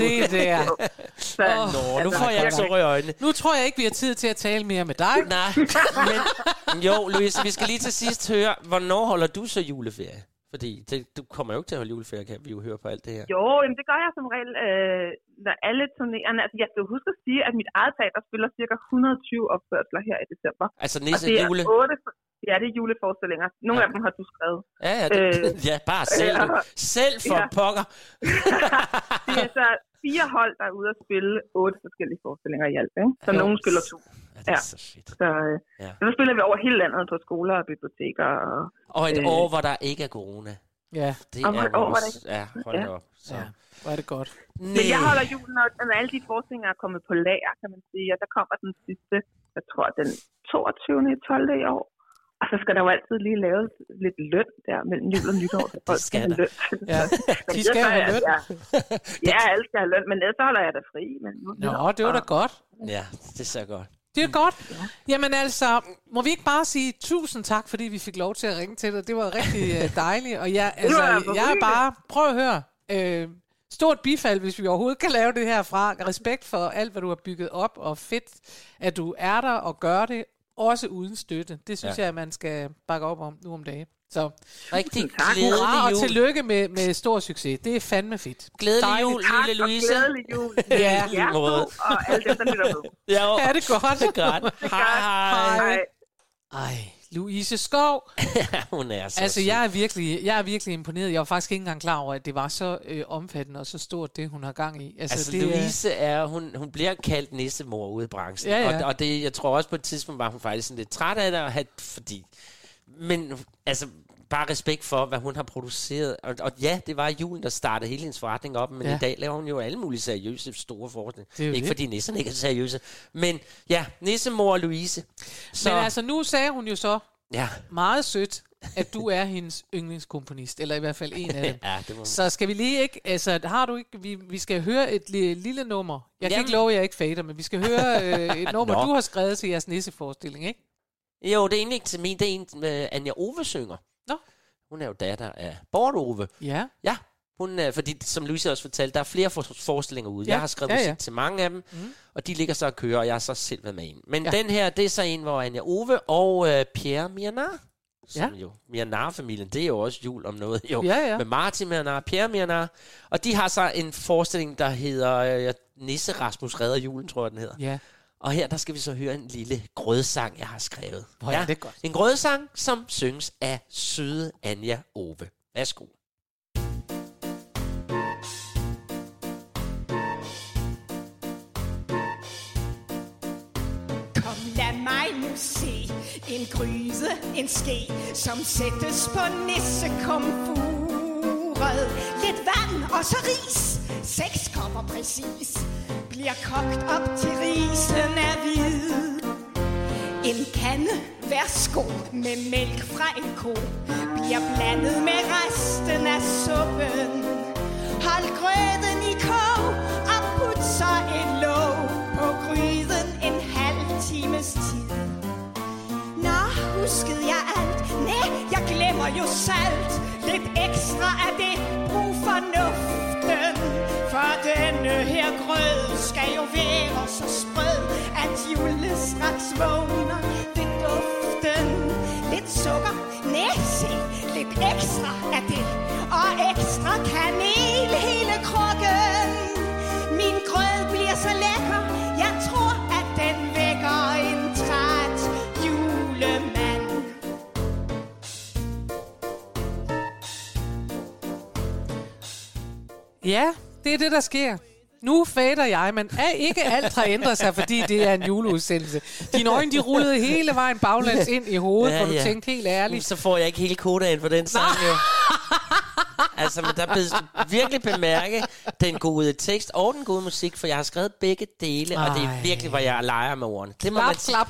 det. Nu får jeg tårer i øjnene. Nu tror jeg ikke, vi har tid til at tale mere med dig. Nej, men jo, Louise, vi skal lige til sidst høre, hvornår holder du så juleferie? Fordi du kommer jo ikke til at holde juleferie, kan vi jo høre på alt det her. Jo, jamen det gør jeg som regel, når alle turnererne... Altså, jeg skal jo huske at sige, at mit eget teater spiller cirka 120 opførsler her i december. Altså næste jule? Ja, det er juleforestillinger. Nogle af dem har du skrevet. Ja, bare selv for pokker. Det er så 4 hold, der er ude at spille 8 forskellige forestillinger i alt. Ikke? Så nogen spiller 2. Det er så fedt. Så nu spiller vi over hele landet på skoler og biblioteker. Og et år, hvor der ikke er corona. Ja. Det er vores... Ja, hold da op. Så. Ja, hvor er det godt. Men jeg holder julen, når alle de forestillinger er kommet på lager, kan man sige. Og der kommer den sidste, jeg tror, den 22.12. i år. Og så skal der jo altid lige laves lidt løn der mellem jul og nytår. Så folk skal have løn. Ja, de skal have løn. Ja, alle skal have løn, men ellers så holder jeg da fri. Men det var da godt. Ja, det ser godt. Det er godt. Jamen altså, må vi ikke bare sige tusind tak, fordi vi fik lov til at ringe til dig. Det var rigtig dejligt. Og jeg er bare, prøv at høre, Stort bifald, hvis vi overhovedet kan lave det herfra. Respekt for alt, hvad du har bygget op, og fedt, at du er der og gør det, også uden støtte. Det synes jeg, at man skal bakke op om nu om dagen. Så rigtig glædelig jul. Og tillykke med stor succes. Det er fandme fedt. Glædelig jul, lille Louise. Glædelig jul. Ja. Og alt det, der lytter med. Ja, det er godt. Det er godt. Hej. Ej, Louise Skov. Hun er så altså, jeg er virkelig imponeret. Jeg var faktisk ikke engang klar over, at det var så omfattende og så stort, det hun har gang i. Altså det Louise hun bliver kaldt nissemor ude i branchen. Ja. Og det, jeg tror også på et tidspunkt, var hun faktisk sådan lidt træt af det, men altså, bare respekt for, hvad hun har produceret. Og ja, det var julen, der startede hele hendes forretning op, men i dag laver hun jo alle mulige seriøse, store forskning. Ikke fordi nisserne ikke er seriøse. Men ja, nissemor Louise. Så. Men altså, nu sagde hun jo så meget sødt, at du er hendes yndlingskomponist, eller i hvert fald en af dem. Så skal vi lige ikke, altså har du ikke, vi skal høre et lille nummer. Jeg kan ikke love, at jeg ikke fader, men vi skal høre et nummer, du har skrevet til jeres nisseforestilling, ikke? Jo, det er egentlig ikke til min, det er en, Anja Ove synger. Nå. Hun er jo datter af Bort Ove. Ja. Ja, hun, fordi som Louise også fortalte, der er flere forestillinger ude. Jeg har skrevet musik til mange af dem, og de ligger så og kører, og jeg har så selv været med en. Men den her, det er så en, hvor Anja Ove og Pierre Mienaar, som jo, Mienaar-familien, det er jo også jul om noget, jo. Med Martin Mienaar, Pierre Mienaar, og de har så en forestilling, der hedder Nisse Rasmus redder julen, tror jeg, den hedder. Ja. Og her, der skal vi så høre en lille grødsang, jeg har skrevet. Ja, det er godt. En grødsang, som synges af søde Anja Ove. Værsgo. Kom, lad mig nu se en gryde, en ske, som sættes på nissekomfuret. Lidt vand og så ris, 6 kopper præcis, bliver kogt op til risen er hvid. En kande, værsgo, med mælk fra en ko, bliver blandet med resten af suppen. Hold grøden i kog og put så et låg på gryden en halv times tid. Nå, huskede jeg alt? Næh, jeg glemmer jo salt. Lidt ekstra af det, brug fornuften. For denne her grød skal jo være så sprød, at Jule straks vågner ved duften. Lidt sukker, næse, lidt ekstra af det, og ekstra kanel hele krukken. Min grød bliver så lækker, jeg tror, at den vækker en træt julemand. Ja, det er det, der sker. Nu fader jeg, men ikke alt har ændret sig, fordi det er en juleudsendelse. Dine øjne, de rullede hele vejen baglæns ind i hovedet, hvor du tænkte helt ærligt. Så får jeg ikke hele kodaen for den sang, jo. Altså, men der bedes virkelig bemærke den gode tekst og den gode musik, for jeg har skrevet begge dele, og det er virkelig, hvor jeg leger med ordene. Det må man sige.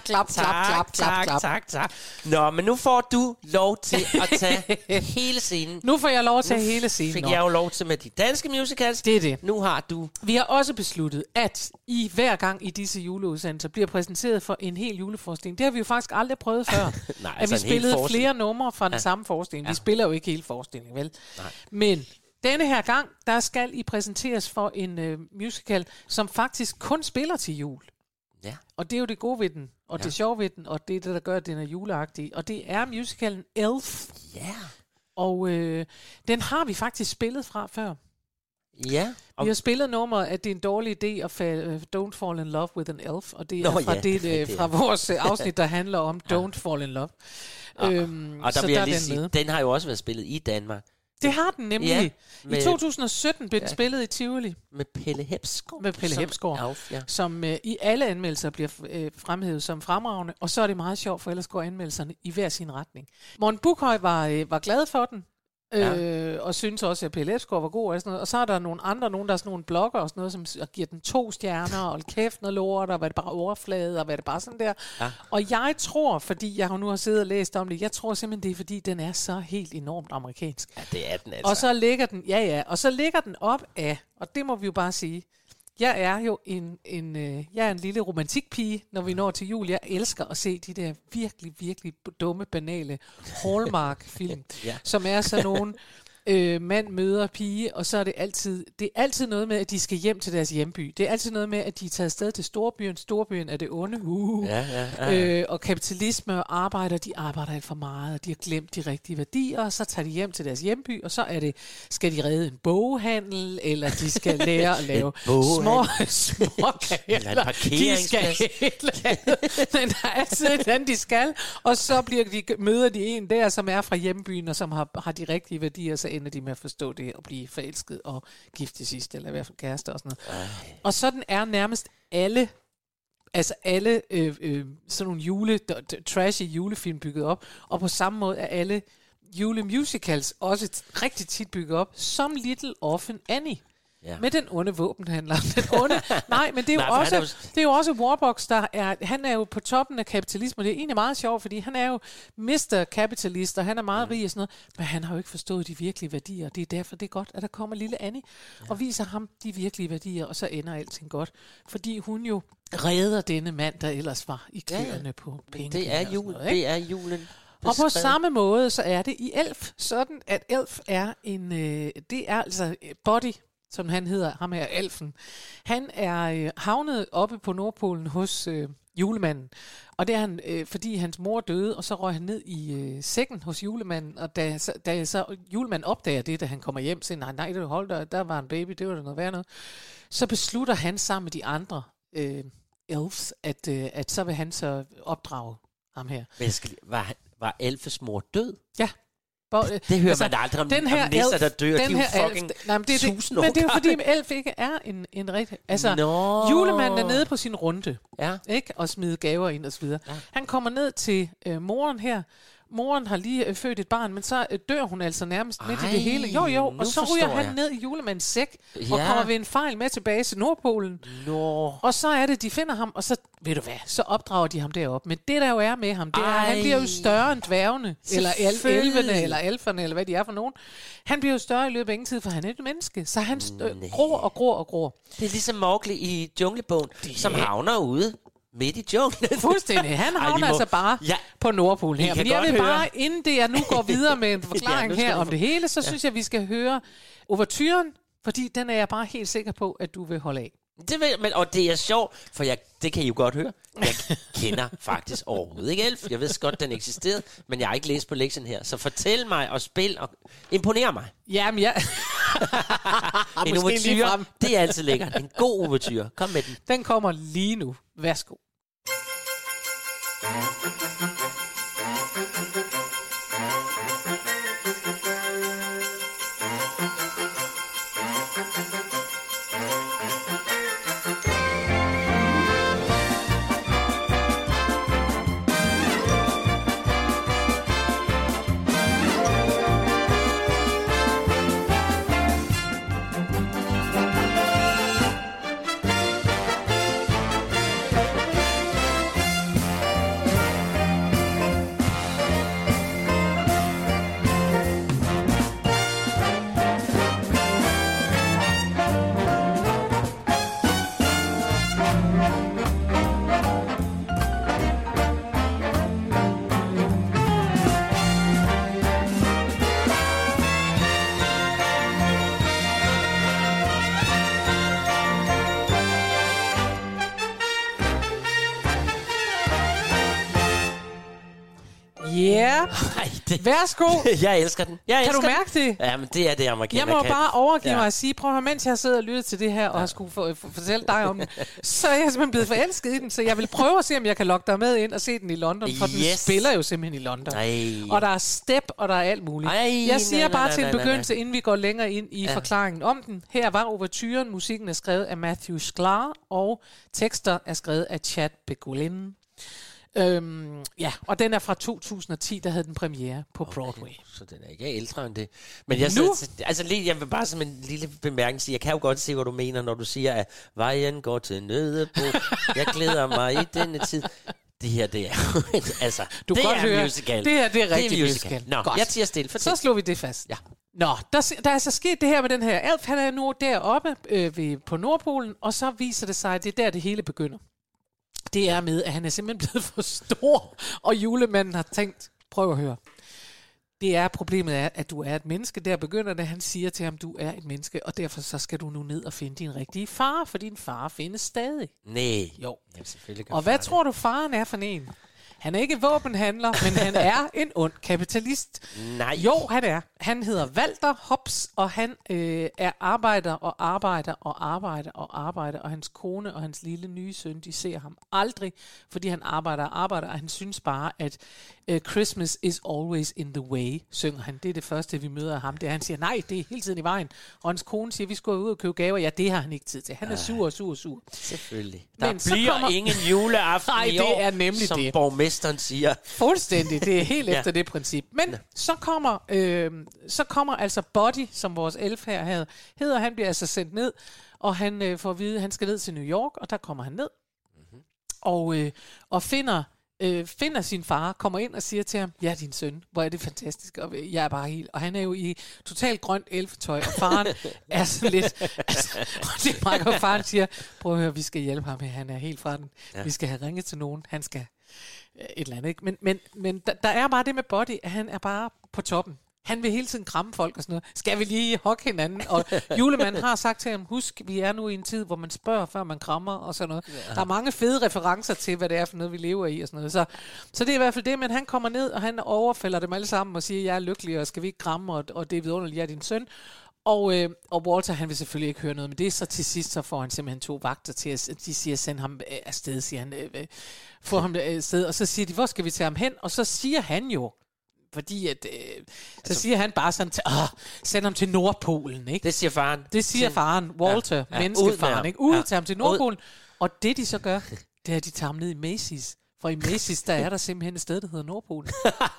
Tak. Nå, men nu får du lov til at tage hele scenen. Nu får jeg lov til at tage hele scenen. Fik jeg jo lov til med de danske musicals. Det er det. Nu har du... Vi har også besluttet, at I hver gang i disse juleudsendelser bliver præsenteret for en hel juleforestilling. Det har vi jo faktisk aldrig prøvet før. Nej, at vi spillede flere numre fra den samme forestilling. Vi spiller jo ikke hele forestillingen, vel? Nej. Men denne her gang, der skal I præsenteres for en musical, som faktisk kun spiller til jul. Ja. Og det er jo det gode ved den, og det sjove ved den, og det er det, der gør, at den er juleagtig. Og det er musicalen Elf. Ja. Og den har vi faktisk spillet fra før. Ja. Vi har spillet nummeret, at det er en dårlig idé at Don't Fall in Love with an Elf, og det er fra vores afsnit, der handler om Don't Fall in Love. Og der vil jeg lige sige, den har jo også været spillet i Danmark. Det har den nemlig. I 2017 blev den spillet i Tivoli. Med Pelle Hepsgaard. Med Pelle Hepsgaard, som i alle anmeldelser bliver fremhævet som fremragende. Og så er det meget sjovt, for ellers går anmeldelserne i hver sin retning. Morten Bukhøj var glad for den. Og synes også, at Pelle Hepsgaard var god og sådan noget. Og så er der nogle andre, der er sådan nogle blogger og sådan noget, som giver den 2 stjerner, og kæft noget lort, og hvad det bare overflade, og hvad det bare sådan der. Ja. Og jeg tror, fordi jeg nu har siddet og læst om det, jeg tror simpelthen, det er fordi, den er så helt enormt amerikansk. Ja, det er den altså. Og så ligger den, og så ligger den op af, og det må vi jo bare sige, jeg er jo jeg er en lille romantikpige, når vi når til jul. Jeg elsker at se de der virkelig, virkelig dumme, banale Hallmark-film, som er sådan nogle, mand møder pige, og så er det er altid noget med, at de skal hjem til deres hjemby. Det er altid noget med, at de er taget afsted til storbyen. Storbyen er det onde. Og kapitalisme og arbejder, de arbejder alt for meget, og de har glemt de rigtige værdier, og så tager de hjem til deres hjemby, og så skal de redde en boghandel, eller de skal lære at lave små eller parkeringsplads. Men der er altid et andet, de skal, og så møder de en der, som er fra hjembyen, og som har de rigtige værdier, så ender de med at forstå det, og blive forelsket, og gift til sidst, eller i hvert fald kærester og sådan noget. Og sådan er nærmest alle sådan nogle trashy julefilm bygget op, og på samme måde er alle julemusicals også rigtig tit bygget op, som Little Orphan Annie. Ja. Med den onde våbenhandler. Nej, men det er jo også Warbucks, han er jo på toppen af kapitalisme, og det er egentlig meget sjovt, fordi han er jo Mr. Capitalist, og han er meget rig og sådan noget, men han har jo ikke forstået de virkelige værdier, det er derfor, det er godt, at der kommer lille Annie og viser ham de virkelige værdier, og så ender alting godt, fordi hun jo redder denne mand, der ellers var i køerne på penge. Det er julen. Og på samme måde, så er det i Elf, sådan at Elf er det er altså Buddy, som han hedder, ham her Elfen. Han er havnet oppe på Nordpolen hos julemanden. Og det er han, fordi hans mor døde, og så røg han ned i sækken hos julemanden. Og da så julemanden opdager det, da han kommer hjem, siger nej, det hold der var en baby, det var da noget værd noget. Så beslutter han sammen med de andre elves, at så vil han så opdrage ham her. Men var Elfes mor død? Ja. Det hører man aldrig om nisser, der dør. De er jo fucking 1000 år. Men det er jo fordi, Elf ikke er en rigtig... Altså, julemanden er nede på sin runde, ikke? Og smider gaver ind og så videre. Ja. Han kommer ned til moren her. Moren har lige født et barn, men så dør hun altså nærmest midt i det hele. Jo, og så ryger han ned i julemandens sæk, og kommer ved en fejl med tilbage til Nordpolen. Og så er det, de finder ham, og så, ved du hvad, så opdrager de ham deroppe. Men det der jo er med ham, det er, han bliver jo større end dværgene, eller elvene, eller elferne, eller hvad de er for nogen. Han bliver jo større i løbet af ingen tid, for han er et menneske. Så han gror. Det er ligesom Mowgli i Junglebogen, som havner ude midt i junglen. Fuldstændig. Han havner altså bare på Nordpolen her. Men jeg vil bare, inden det jeg nu går videre med en forklaring her om det hele, så synes jeg, vi skal høre ouverturen, fordi den er jeg bare helt sikker på, at du vil holde af. Og det er sjovt, for det kan I jo godt høre. Jeg kender faktisk overhovedet ikke Elf. Jeg ved godt, den eksisterede, men jeg har ikke læst på lektien her. Så fortæl mig og spil og imponer mig. Jamen, en ouverture, det er altid lækkert. En god ouverture. Kom med den. Den kommer lige nu. Værsgo. Værsgo. Jeg elsker den. Kan du mærke det? Ja, men det er det, amerikaner kan. Jeg må bare overgive mig at sige, prøv at høre, mens jeg sidder og lytter til det her, og har skulle fortælle dig om den, så er jeg simpelthen blevet forelsket i den, så jeg vil prøve at se, om jeg kan lokke dig med ind og se den i London, for den spiller jo simpelthen i London. Og der er step, og der er alt muligt. Jeg siger bare til en begyndelse, inden vi går længere ind i forklaringen om den. Her var ouverturen, musikken er skrevet af Matthew Sklar, og tekster er skrevet af Chad Begolin. Og den er fra 2010, der havde den premiere på Broadway. Så den er ikke ældre end det. Men jeg vil bare som en lille bemærkning sige, jeg kan jo godt se, hvad du mener, når du siger, at vejen går til Nødebo. Jeg glæder mig i denne tid. Det her, det er altså, du det kan er høre, musical. Det her, det er rigtig musical. Nå, godt. Jeg tiger stille. Så slår vi det fast. Ja. Nå, der er altså sket det her med den her Elf. Han er nu deroppe på Nordpolen, og så viser det sig, at det er der, det hele begynder. Det er med, at han er simpelthen blevet for stor, og julemanden har tænkt, prøv at høre. Det er problemet er, at du er et menneske. Der begynder det, han siger til ham, du er et menneske, og derfor så skal du nu ned og finde din rigtige far, for din far findes stadig. Nej. Jo. Jamen, selvfølgelig og hvad tror du, faren er for en? Han er ikke våbenhandler, men han er en ond kapitalist. Nej. Jo, han er. Han hedder Walter Hobbs, og han er arbejder, og hans kone og hans lille nye søn, de ser ham aldrig, fordi han arbejder, og han synes bare, at Christmas is always in the way, synger han. Det er det første, vi møder af ham. Det er, han siger, nej, det er hele tiden i vejen. Og hans kone siger, vi skal ud og købe gaver. Ja, det har han ikke tid til. Han er sur. Selvfølgelig. Men der bliver ingen juleaften i år, det er nemlig som det. borgmesteren siger. Fuldstændig. Det er helt efter det princip. Men så kommer altså Buddy, som vores elf her hedder. Han bliver altså sendt ned, og han får at vide, at han skal ned til New York, og der kommer han ned. Mm-hmm. Og finder sin far, kommer ind og siger til ham, ja, din søn, hvor er det fantastisk, og jeg er bare helt, og han er jo i totalt grønt elfetøj, og faren er sådan lidt, altså, og det brækker, og faren siger, prøv at høre, vi skal hjælpe ham, han er helt fra den, vi skal have ringet til nogen, han skal et eller andet, ikke? Men der er bare det med Buddy, at han er bare på toppen. Han vil hele tiden kramme folk og sådan noget. Skal vi lige hugge hinanden? Og julemanden har sagt til ham, husk, vi er nu i en tid, hvor man spørger, før man krammer og sådan noget. Ja. Der er mange fede referencer til, hvad det er for noget, vi lever i og sådan noget. Så det er i hvert fald det, men han kommer ned, og han overfælder dem alle sammen og siger, jeg er lykkelig, og skal vi ikke kramme, og det er vidunderligt, jeg er din søn. Og Walter, han vil selvfølgelig ikke høre noget, men det er så til sidst, så får han simpelthen 2 vagter til, de siger, send ham afsted, siger han, få ham afsted, og så siger de, hvor skal vi tage ham hen? Og så siger han jo, fordi at, så siger han bare sådan, send ham til Nordpolen, ikke? Det siger faren. Det siger faren, Walter, menneskefaren, ikke? Ud til ham til Nordpolen. Og det de så gør, det er, at de tager ham ned i Macy's. For i Macy's, der er der simpelthen et sted, der hedder Nordpolen.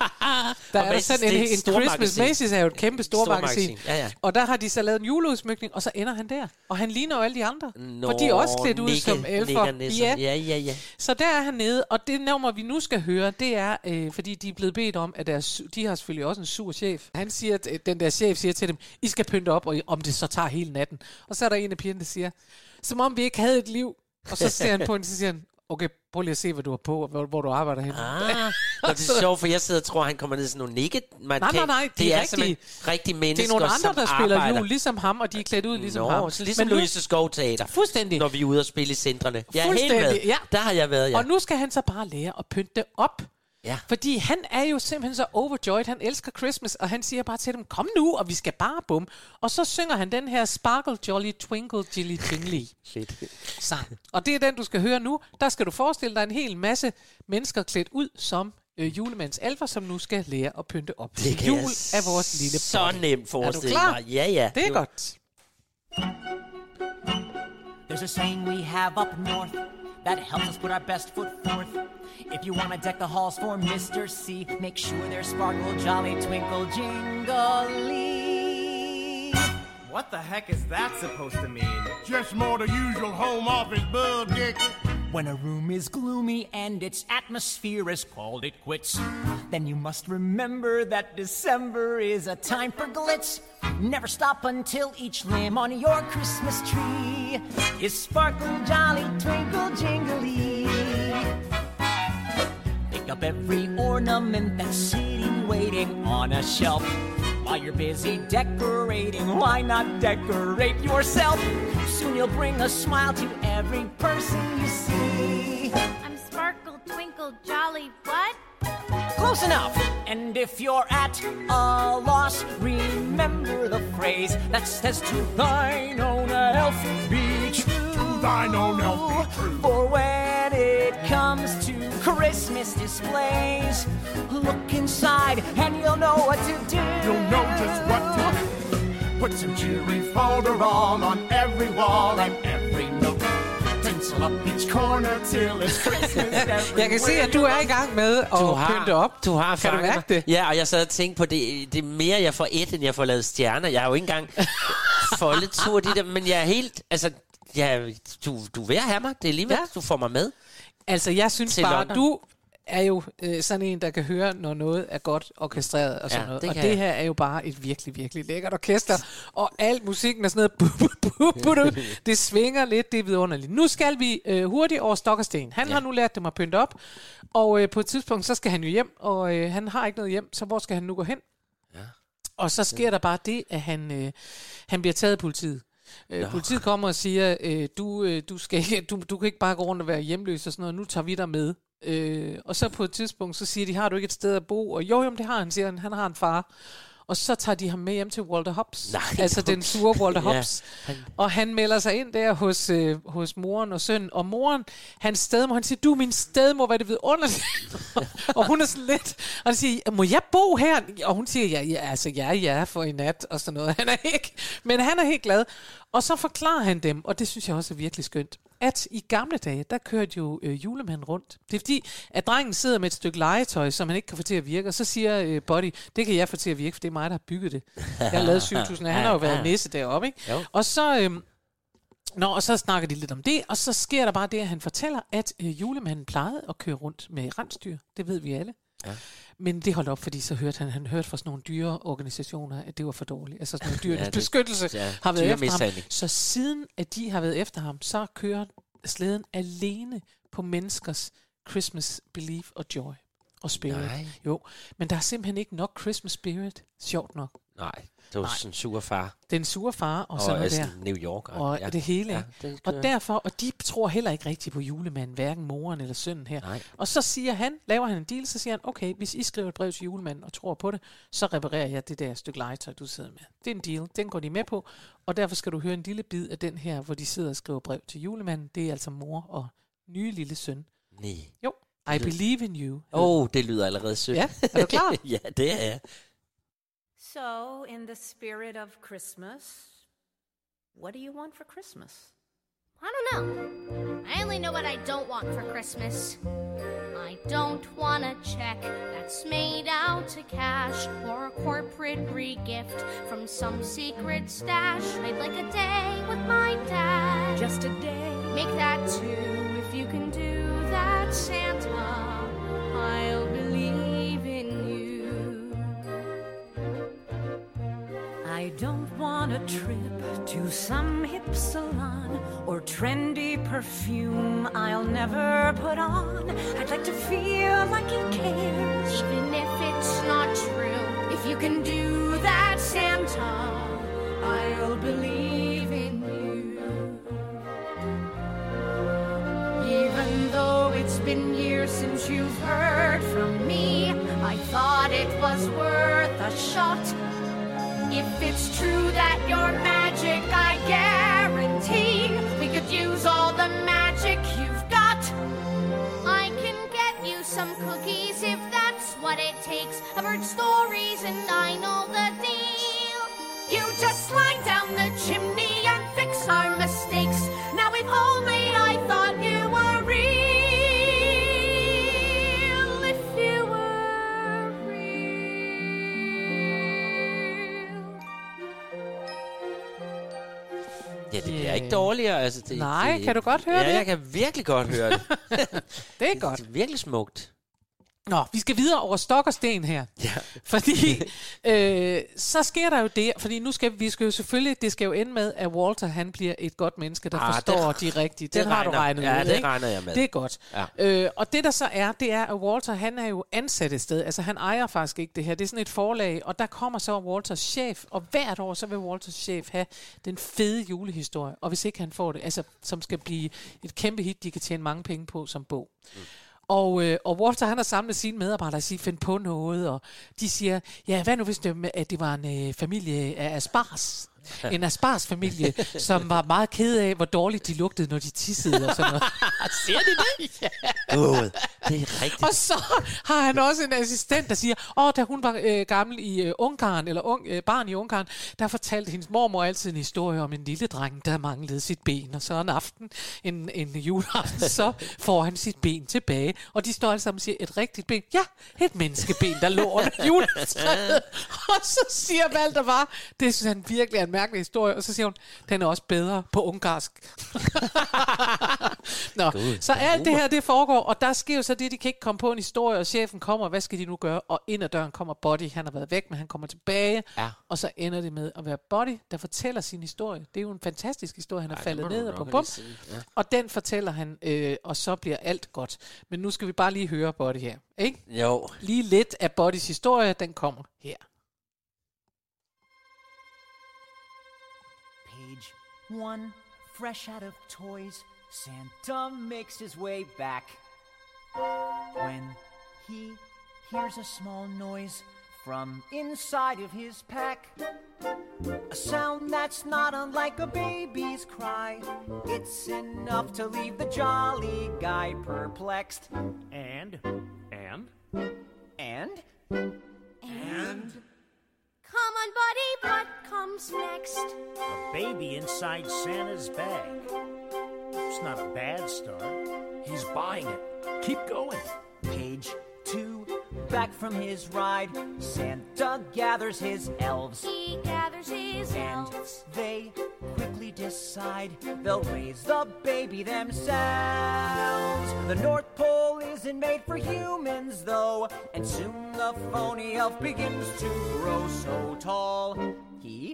Der er der sådan en Christmas. Macy's er jo et kæmpe stormagasin. Ja. Og der har de så lavet en juleudsmykning, og så ender han der. Og han ligner jo alle de andre. For de er også klædt ud som elfer. Ja. Så der er han nede, og det nummer, vi nu skal høre, det er, fordi de er blevet bedt om, at de har selvfølgelig også en sur chef. Han siger, at den der chef siger til dem, I skal pynte op, og om det så tager hele natten. Og så er der en af pigerne, der siger, som om vi ikke havde et liv. Og så ser han på hende, så siger han, okay, prøv lige at se, hvad du har på, og hvor du arbejder henne. Det er sjovt, for jeg sidder og tror, han kommer ned sådan nogle naked. Nej, det er rigtige mennesker, det er nogle andre, der spiller jul, ligesom ham, og de er klædt ud ligesom ham. Så ligesom Louise Skov Teater. Fuldstændig. Når vi er ude og spille i centrene. Jeg er helt med. Ja. Der har jeg været, ja. Og nu skal han så bare lære at pynte det op. Ja. Fordi han er jo simpelthen så overjoyed, han elsker Christmas, og han siger bare til dem, kom nu, og vi skal bare bum. Og så synger han den her Sparkle Jolly Twinkle Jilly Jingly sang. Og det er den, du skal høre nu. Der skal du forestille dig en hel masse mennesker klædt ud som julemands alfer, som nu skal lære at pynte op. Det jul af vores lille så nemt forestille mig. Ja. Det er godt. There's a saying we have up north that helps us put our best foot forth. If you want to deck the halls for Mr. C, make sure they're sparkle, jolly, twinkle, jingly. What the heck is that supposed to mean? Just more the usual home office bull, Dick. When a room is gloomy and its atmosphere is called it quits, then you must remember that December is a time for glitz. Never stop until each limb on your Christmas tree is sparkle, jolly, twinkle, jingly. Pick up every ornament that's sitting waiting on a shelf. While you're busy decorating, why not decorate yourself? Soon you'll bring a smile to every person you see. I'm sparkle, twinkle, jolly, what? Close enough. And if you're at a loss, remember the phrase that says, to thine own elf be true. To thine own elf be true. For when it comes to Christmas displays, look inside and you'll know what to do. You'll know just what to do. Put some cheery folderol on every wall and every nook. Tinsel up each corner till it's Christmas everywhere. Jeg kan se, at du er i gang med at pynte op. Du har kan du mærke det? Ja, og jeg sad og tænkte på, det er mere, jeg får end jeg får lavet stjerner. Jeg har jo ikke engang foldet to af de der, men jeg er helt, altså, du er ved at have mig. Det er lige ved, du får mig med. Altså, jeg synes til bare, London. du er jo sådan en, der kan høre, når noget er godt orkestreret og sådan noget. Og det her er jo bare et virkelig, virkelig lækkert orkester. Og al musikken er sådan noget... Det svinger lidt, det er vidunderligt. Nu skal vi hurtigt over stok og sten. Han har nu lært dem at pynte op. Og på et tidspunkt, så skal han jo hjem, og han har ikke noget hjem. Så hvor skal han nu gå hen? Og så sker der bare det, at han bliver taget af politiet. Politiet kommer og siger, du kan ikke bare gå rundt og være hjemløs og sådan noget, nu tager vi dig med. Og så på et tidspunkt, så siger de, har du ikke et sted at bo? Og jo, det har han, siger han har en far. Og så tager de ham med hjem til Walter Hobbs. Altså den sure Walter Hobbs. Og han melder sig ind der hos moren og sønnen. Og moren, hans stedmor, han siger, du er min stedmor, hvad er det vidunderligt? Og hun er sådan lidt, og han siger, må jeg bo her? Og hun siger, ja, for i nat, og sådan noget. Men han er helt glad. Og så forklarer han dem, og det synes jeg også er virkelig skønt, at i gamle dage, der kørte jo julemanden rundt. Det er fordi, at drengen sidder med et stykke legetøj, som han ikke kan få til at virke, og så siger Buddy, det kan jeg få til at virke, for det er mig, der har bygget det. Jeg har lavet 7.000, han har jo været nisse deroppe, ikke? Jo. Og så... og så snakker de lidt om det, og så sker der bare det, at han fortæller, at julemanden plejede at køre rundt med rensdyr. Det ved vi alle. Ja. Men det holdt op, fordi så hørte han hørte fra sådan nogle dyreorganisationer, at det var for dårligt. Altså sådan nogle dyrenes beskyttelse har været efter ham. Så siden at de har været efter ham, så kører slæden alene på menneskers Christmas belief og joy og spirit. Nej. Jo, men der er simpelthen ikke nok Christmas spirit, sjovt nok. Nej, det var sådan en sur far. Den sure far og sådan noget der. New York. Og det hele. Ja, det og derfor, og de tror heller ikke rigtigt på julemanden, hverken moren eller sønnen her. Nej. Og så siger laver han en deal, så siger han, okay, hvis I skriver et brev til julemanden og tror på det, så reparerer jeg det der stykke legetøj, du sidder med. Det er en deal, den går de med på, og derfor skal du høre en lille bid af den her, hvor de sidder og skriver brev til julemanden. Det er altså mor og nye lille søn. Nej. Jo, I believe in you. Det lyder allerede sødt. Ja, er du klar? Ja, det er jeg. So, in the spirit of Christmas, what do you want for Christmas? I don't know. I only know what I don't want for Christmas. I don't want a check that's made out to cash or a corporate re-gift from some secret stash. I'd like a day with my dad. Just a day. Make that two. If you can do that, Santa, I'll believe in you. I don't want a trip to some hip salon or trendy perfume I'll never put on. I'd like to feel like he cares, even if it's not true. If you can do that, Santa, I'll believe in you. Even though it's been years since you've heard from me, I thought it was worth a shot. If it's true that you're magic, I guarantee we could use all the magic you've got. I can get you some cookies if that's what it takes. I've heard stories and I know the deal. You just slide down the chimney and fix our mistakes. Now if only I thought you were real. If you were Ja, det bliver ikke dårligere. Altså, Nej, kan du godt høre det? Ja, jeg kan virkelig godt høre det. Det er godt. Det er virkelig smukt. Nå, vi skal videre over stok og sten her. Ja. Fordi så sker der jo det, fordi nu skal vi jo selvfølgelig, det skal jo ende med, at Walter han bliver et godt menneske, der forstår de rigtige. Den har du regnet ud, det regner jeg med. Det er godt. Ja. Og det der så er, det er, at Walter han er jo ansat et sted. Altså han ejer faktisk ikke det her. Det er sådan et forlag, og der kommer så Walters chef, og hvert år så vil Walters chef have den fede julehistorie. Og hvis ikke han får det, altså som skal blive et kæmpe hit, de kan tjene mange penge på som bog. Og Walter han har samlet sine medarbejdere og siger, find på noget, og de siger, ja, hvad nu hvis det var en familie af Aspars? En Aspars-familie, som var meget ked af, hvor dårligt de lugtede, når de tissede og sådan noget. Siger de det? Ja. Det er rigtigt. Og så har han også en assistent, der siger, da hun var gammel i Ungarn, eller barn i Ungarn, der fortalte hendes mormor altid en historie om en lille dreng, der manglede sit ben. Og så en aften, en juleaften, så får han sit ben tilbage. Og de står alle sammen og siger, et rigtigt ben? Ja, et menneskeben, der lå under juletræet. Og så siger Walter bare, det synes han virkelig er en mærkelig historie. Og så siger hun, den er også bedre på ungarsk. Nå, så alt det her, det foregår, og der sker jo så det, de kan ikke komme på en historie, og chefen kommer, hvad skal de nu gøre? Og ind ad døren kommer Buddy, han har været væk, men han kommer tilbage, og så ender det med at være Buddy, der fortæller sin historie. Det er jo en fantastisk historie, han er faldet ned og bum. Og den fortæller han, og så bliver alt godt. Men nu skal vi bare lige høre Buddy her, ikke? Jo. Lige lidt af Buddys historie, den kommer her. One fresh out of toys, Santa makes his way back. When he hears a small noise from inside of his pack, a sound that's not unlike a baby's cry. It's enough to leave the jolly guy perplexed. And? Come on, buddy, what comes next? A baby inside Santa's bag. It's not a bad start. He's buying it. Keep going. Page 2, back from his ride, Santa gathers his elves. He gathers his and elves. They quickly decide they'll raise the baby themselves. The North Pole isn't made for humans, though, and soon the phony elf begins to grow so tall. He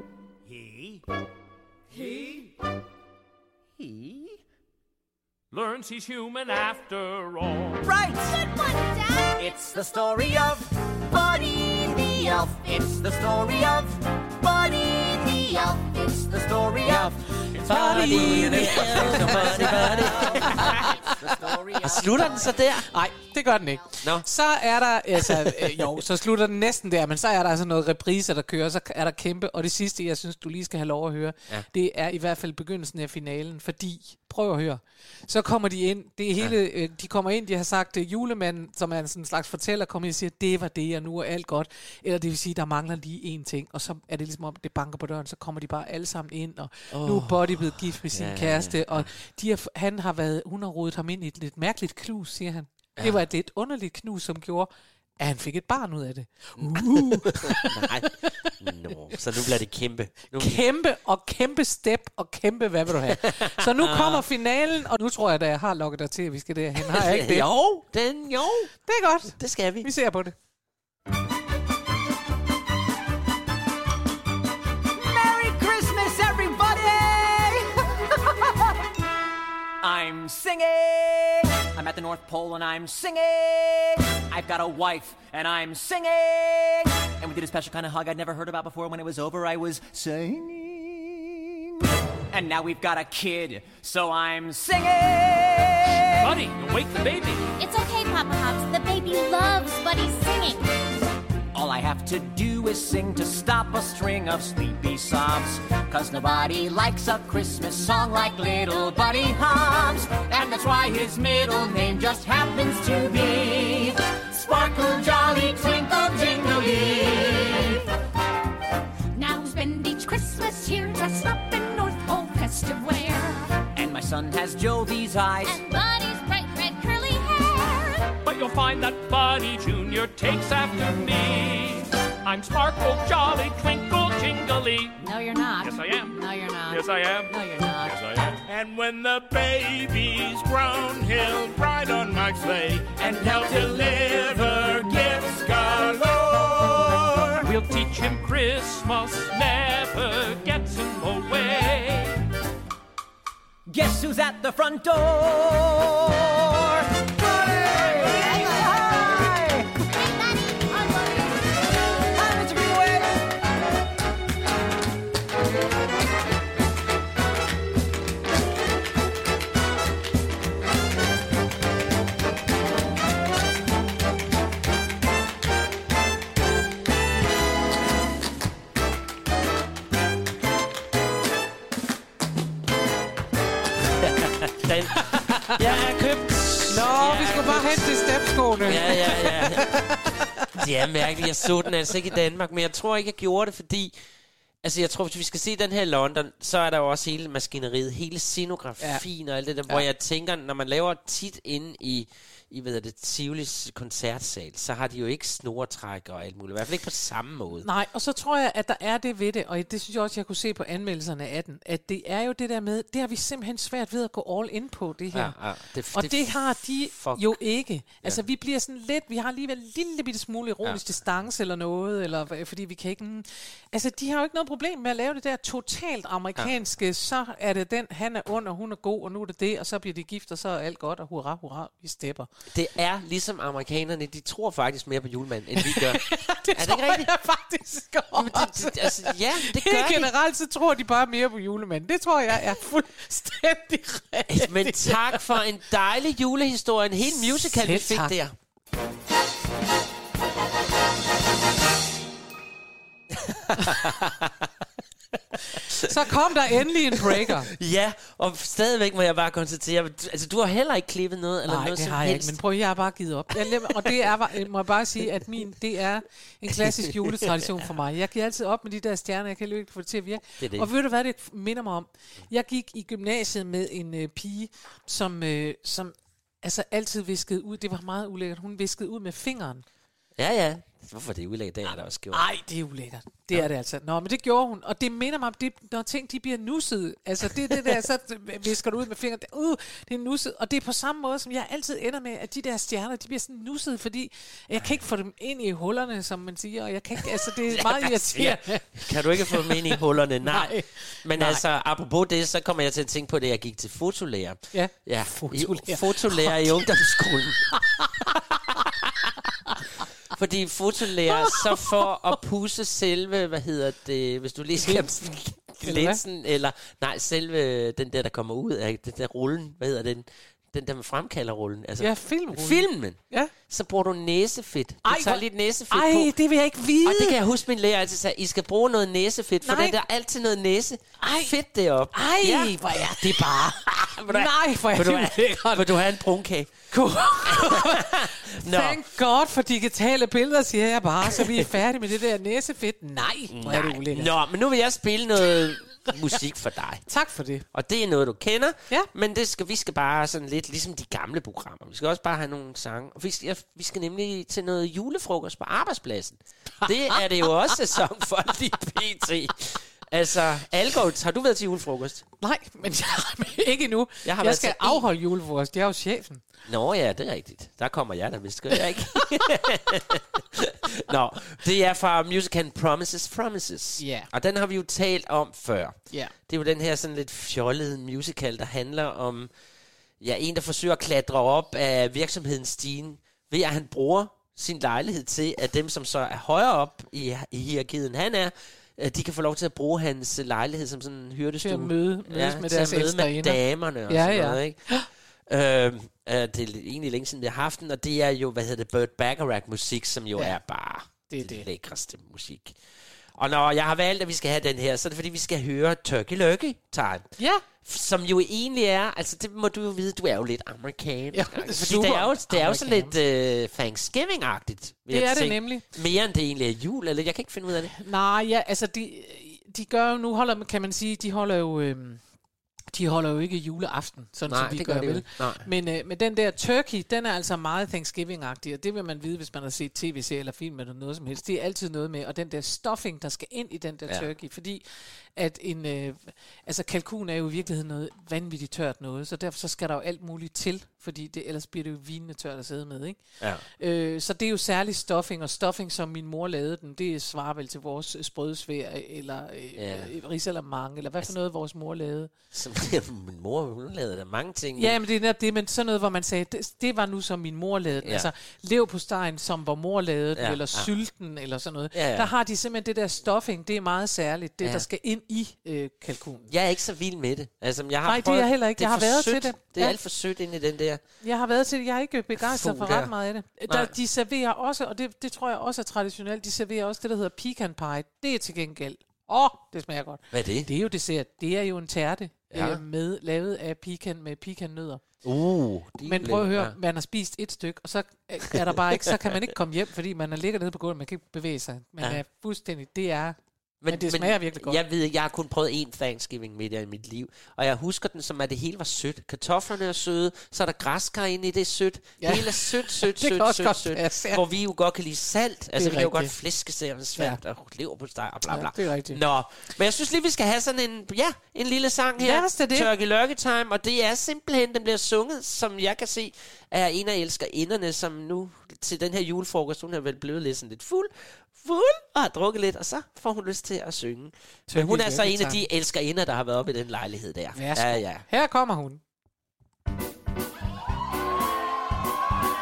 learns he's human after all. Right! Good one, Dad! It's the story of Buddy the Elf. It's the story of Buddy the Elf. It's the story of Buddy the Elf. Og slutter den så der? Nej, det gør den ikke. No. Så er der, altså, så slutter den næsten der, men så er der altså noget repriser, der kører, så er der kæmpe, og det sidste, jeg synes, du lige skal have lov at høre, det er i hvert fald begyndelsen af finalen, fordi, prøv at høre, så kommer de ind, det er hele, de kommer ind, de har sagt, julemanden, som er en sådan slags fortæller, kommer ind og siger, det var det, og nu er alt godt, eller det vil sige, der mangler lige én ting, og så er det ligesom om, det banker på døren, så kommer de bare alle sammen ind, og nu er Buddy blevet gift med sin kæreste, og hun har rodet ham ind i et lidt mærkeligt knus, siger han. Det var et lidt underligt knus, som gjorde, at han fik et barn ud af det. Nej. No. Så nu bliver det kæmpe. Kæmpe og kæmpe step og kæmpe, hvad vil du have? Så nu kommer finalen, og nu tror jeg, at jeg har lukket dig til, at vi skal derhen. Har jeg ikke det? Jo. Det er godt. Det skal vi. Vi ser på det. Merry Christmas, everybody! I'm singing! I'm at the North Pole and I'm singing! I've got a wife and I'm singing! And we did a special kind of hug I'd never heard about before. When it was over, I was singing! And now we've got a kid, so I'm singing! Buddy, you'll wake the baby. It's okay, Papa Hops. The baby loves Buddy singing. All I have to do is sing to stop a string of sleepy sobs. 'Cause nobody likes a Christmas song like little Buddy Hops. And that's why his middle name just happens to be Sparkle, Jolly, Twinkle, Jingly. Now spend each Christmas here dressed up in North Pole festive wear. And my son has Jovi's eyes. And Buddy's bright red curly hair. But you'll find that Buddy Jr. takes after me. I'm Sparkle, Jolly, Twinkle, Jingly. No, you're not. Yes, I am. No, you're not. Yes, I am. No, you're not. Yes, I am. And when the baby's grown, he'll ride on my sleigh, and he'll deliver gifts galore. We'll teach him Christmas never gets him away. Guess who's at the front door? Jeg er købt. Nå, vi skulle bare hen til stepskoene. Ja. Det er mærkeligt. Jeg så den altså ikke i Danmark, men jeg tror ikke, jeg gjorde det, fordi... Altså, jeg tror, hvis vi skal se den her i London, så er der jo også hele maskineriet, hele scenografien og alt det der, hvor jeg tænker, når man laver tit inde i Tivolis koncertsal, så har de jo ikke snoretræk og alt muligt. I hvert fald ikke på samme måde. Nej, og så tror jeg, at der er det ved det, og det synes jeg også, jeg kunne se på anmeldelserne af den, at det er jo det der med, det har vi simpelthen svært ved at gå all in på, det her. Ja, og det har de jo ikke. Altså, vi bliver sådan lidt, vi har alligevel en lille bitte smule ironisk distance eller noget, eller fordi vi kan ikke... Altså, de har jo ikke noget problem med at lave det der totalt amerikanske, så er det den, han er ond, og hun er god, og nu er det det, og så bliver de gift, og så er alt godt, og hurra, hurra, vi stepper. Det er ligesom amerikanerne, de tror faktisk mere på julemanden, end vi gør. det er det ikke rigtigt? Jeg faktisk også. Det gør generelt, så tror de bare mere på julemanden. Det tror jeg er fuldstændig rigtigt. Men tak for en dejlig julehistorie. En hel musical, vi fik der. Så kom der endelig en breaker. Ja, og stadigvæk må jeg bare konstatere, altså du har heller ikke klippet noget eller noget det som har jeg helst. ikke, men prøv, jeg har bare givet op. Og det er, må jeg bare sige, at det er en klassisk juletradition for mig. Jeg giver altid op med de der stjerner, jeg kan ikke få det til at virke. Det. Og ved du hvad det minder mig om? Jeg gik i gymnasiet med en pige, som altså altid viskede ud. Det var meget ulækkert. Hun viskede ud med fingeren. Ja. Hvorfor det er ulækkert? Det er der også gjort. Nej, det er ulækkert. Det er det altså. Nå, men det gjorde hun. Og det minder mig om, når ting de bliver nusset. Altså det der, så visker du ud med fingeren. Det er nusset. Og det er på samme måde, som jeg altid ender med, at de der stjerner, de bliver sådan nusset, fordi jeg kan ikke få dem ind i hullerne, som man siger. Og jeg kan ikke, altså det er meget irriterende. Kan du ikke få dem ind i hullerne? Nej. Men altså, apropos det, så kommer jeg til at tænke på det, jeg gik til fotolærer. Ja. Fotolærer i ungdomsskolen. Fordi fotolærer, så for at pusse selve, hvis du lige skal linsen, eller nej, selve den der kommer ud af den der rullen, den der man fremkalder rullen. Altså, ja, filmen. Ja. Så bruger du næsefedt. Du tager lidt næsefedt på. Ej, det vil jeg ikke vide. Og det kan jeg huske, min lærer altid sagde, I skal bruge noget næsefedt, for der er altid noget næsefedt deroppe. Ej, hvor er det bare. Nej, hvor er det ulækkert. Vil du have en brunkage? Thank God for digitale billeder, siger jeg bare, så vi er færdige med det der næsefedt. Nej, hvor er det ulækkert. Nå, men nu vil jeg spille noget musik for dig. Tak for det. Og det er noget, du kender, men vi skal bare sådan lidt ligesom de gamle programmer. Vi skal også bare have nogle sange. Og vi skal nemlig til noget julefrokost på arbejdspladsen. Det er det jo også sæson for lige pt. Altså, Algots, har du været til julefrokost? Nej, men ikke endnu. Jeg skal afholde julefrokost. Jeg er jo chefen. Nå ja, det er rigtigt. Der kommer jeg da, hvis jeg ikke. Nå, det er fra musicalen Promises. Yeah. Og den har vi jo talt om før. Yeah. Det er jo den her sådan lidt fjollede musical, der handler om en, der forsøger at klatre op af virksomhedens stigen, ved at han bruger sin lejlighed til, at dem, som så er højere op i hierarkiet, end han er, de kan få lov til at bruge hans lejlighed som sådan en hyrdestue. Til at mødes med deres med damerne og sådan noget, ikke? Det er egentlig længe siden, vi har haft den, og det er jo, Burt Bacharach-musik, som jo er bare det lækreste musik. Og når jeg har valgt, at vi skal have den her, så er det fordi, vi skal høre Turkey Lurkey Time. Ja. Som jo egentlig er, altså det må du jo vide, du er jo lidt amerikansk. Ja, fordi det er jo sådan lidt Thanksgiving-agtigt. Det er det nemlig. Mere end det egentlig er jul, eller jeg kan ikke finde ud af det. Nej, ja, altså de gør jo nu, kan man sige, de holder jo ikke juleaften, sådan som vi gør vel. Men den der turkey, den er altså meget Thanksgiving-agtig, og det vil man vide, hvis man har set tv-serier eller film eller noget som helst. Det er altid noget med, og den der stuffing, der skal ind i den der turkey, fordi at kalkun er jo i virkeligheden noget vanvittigt tørt noget, så derfor så skal der jo alt muligt til, fordi ellers bliver det jo vinende tørt at sidde med, ikke? Ja. Så det er jo særligt stuffing, og stuffing, som min mor lavede den, det svarer vel til vores sprødsvær, eller risalamande, eller hvad for noget vores mor lavede. Min mor, hun lavede der mange ting. Ja, men det er netop det, men sådan noget, hvor man sagde, det var nu, som min mor lavede den. Altså, leverpostejen, som vor mor lavede den, eller sylten, eller sådan noget. Der har de simpelthen det der stuffing, det er meget særligt, det der skal ind i kalkun. Jeg er ikke så vild med det. Altså, jeg har Nej, det er jeg heller ikke. Jeg har været til det. Det er alt for sødt ind i den der. Jeg har været til det. Jeg er ikke begejstret for ret meget af det. De serverer også, og det tror jeg også er traditionelt, de serverer også det, der hedder pecan pie. Det er til gengæld. Det smager godt. Hvad er det? Det er jo dessert. Det er jo en tærte lavet af pecan med pecannødder. Men prøv at høre, man har spist et stykke, og så er der bare ikke, så kan man ikke komme hjem, fordi man ligger nede på gulvet, man kan ikke bevæge sig. Man er fuldstændig, men det smager virkelig godt. Jeg ved ikke, jeg har kun prøvet én Thanksgiving middag i mit liv, og jeg husker den som, at det hele var sødt. Kartoflerne er søde, så er der græskar inde i det sødt. Det hele er sødt. Hvor vi jo godt kan lide salt. Altså, vi kan jo godt flæskesteg og svært og leverpostej og bla bla. Det er rigtigt. Nå, men jeg synes lige, vi skal have sådan en lille sang her. Turkey Lurkey Time, og det er simpelthen, den bliver sunget, som jeg kan se, er en af elskerinderne, som nu til den her julefrokost, hun er vel blevet lidt fuld, og har drukket lidt, og så får hun lyst til at synge. Men hun er så en af de elskerinder, der har været oppe i den lejlighed der. Ja. Her kommer hun.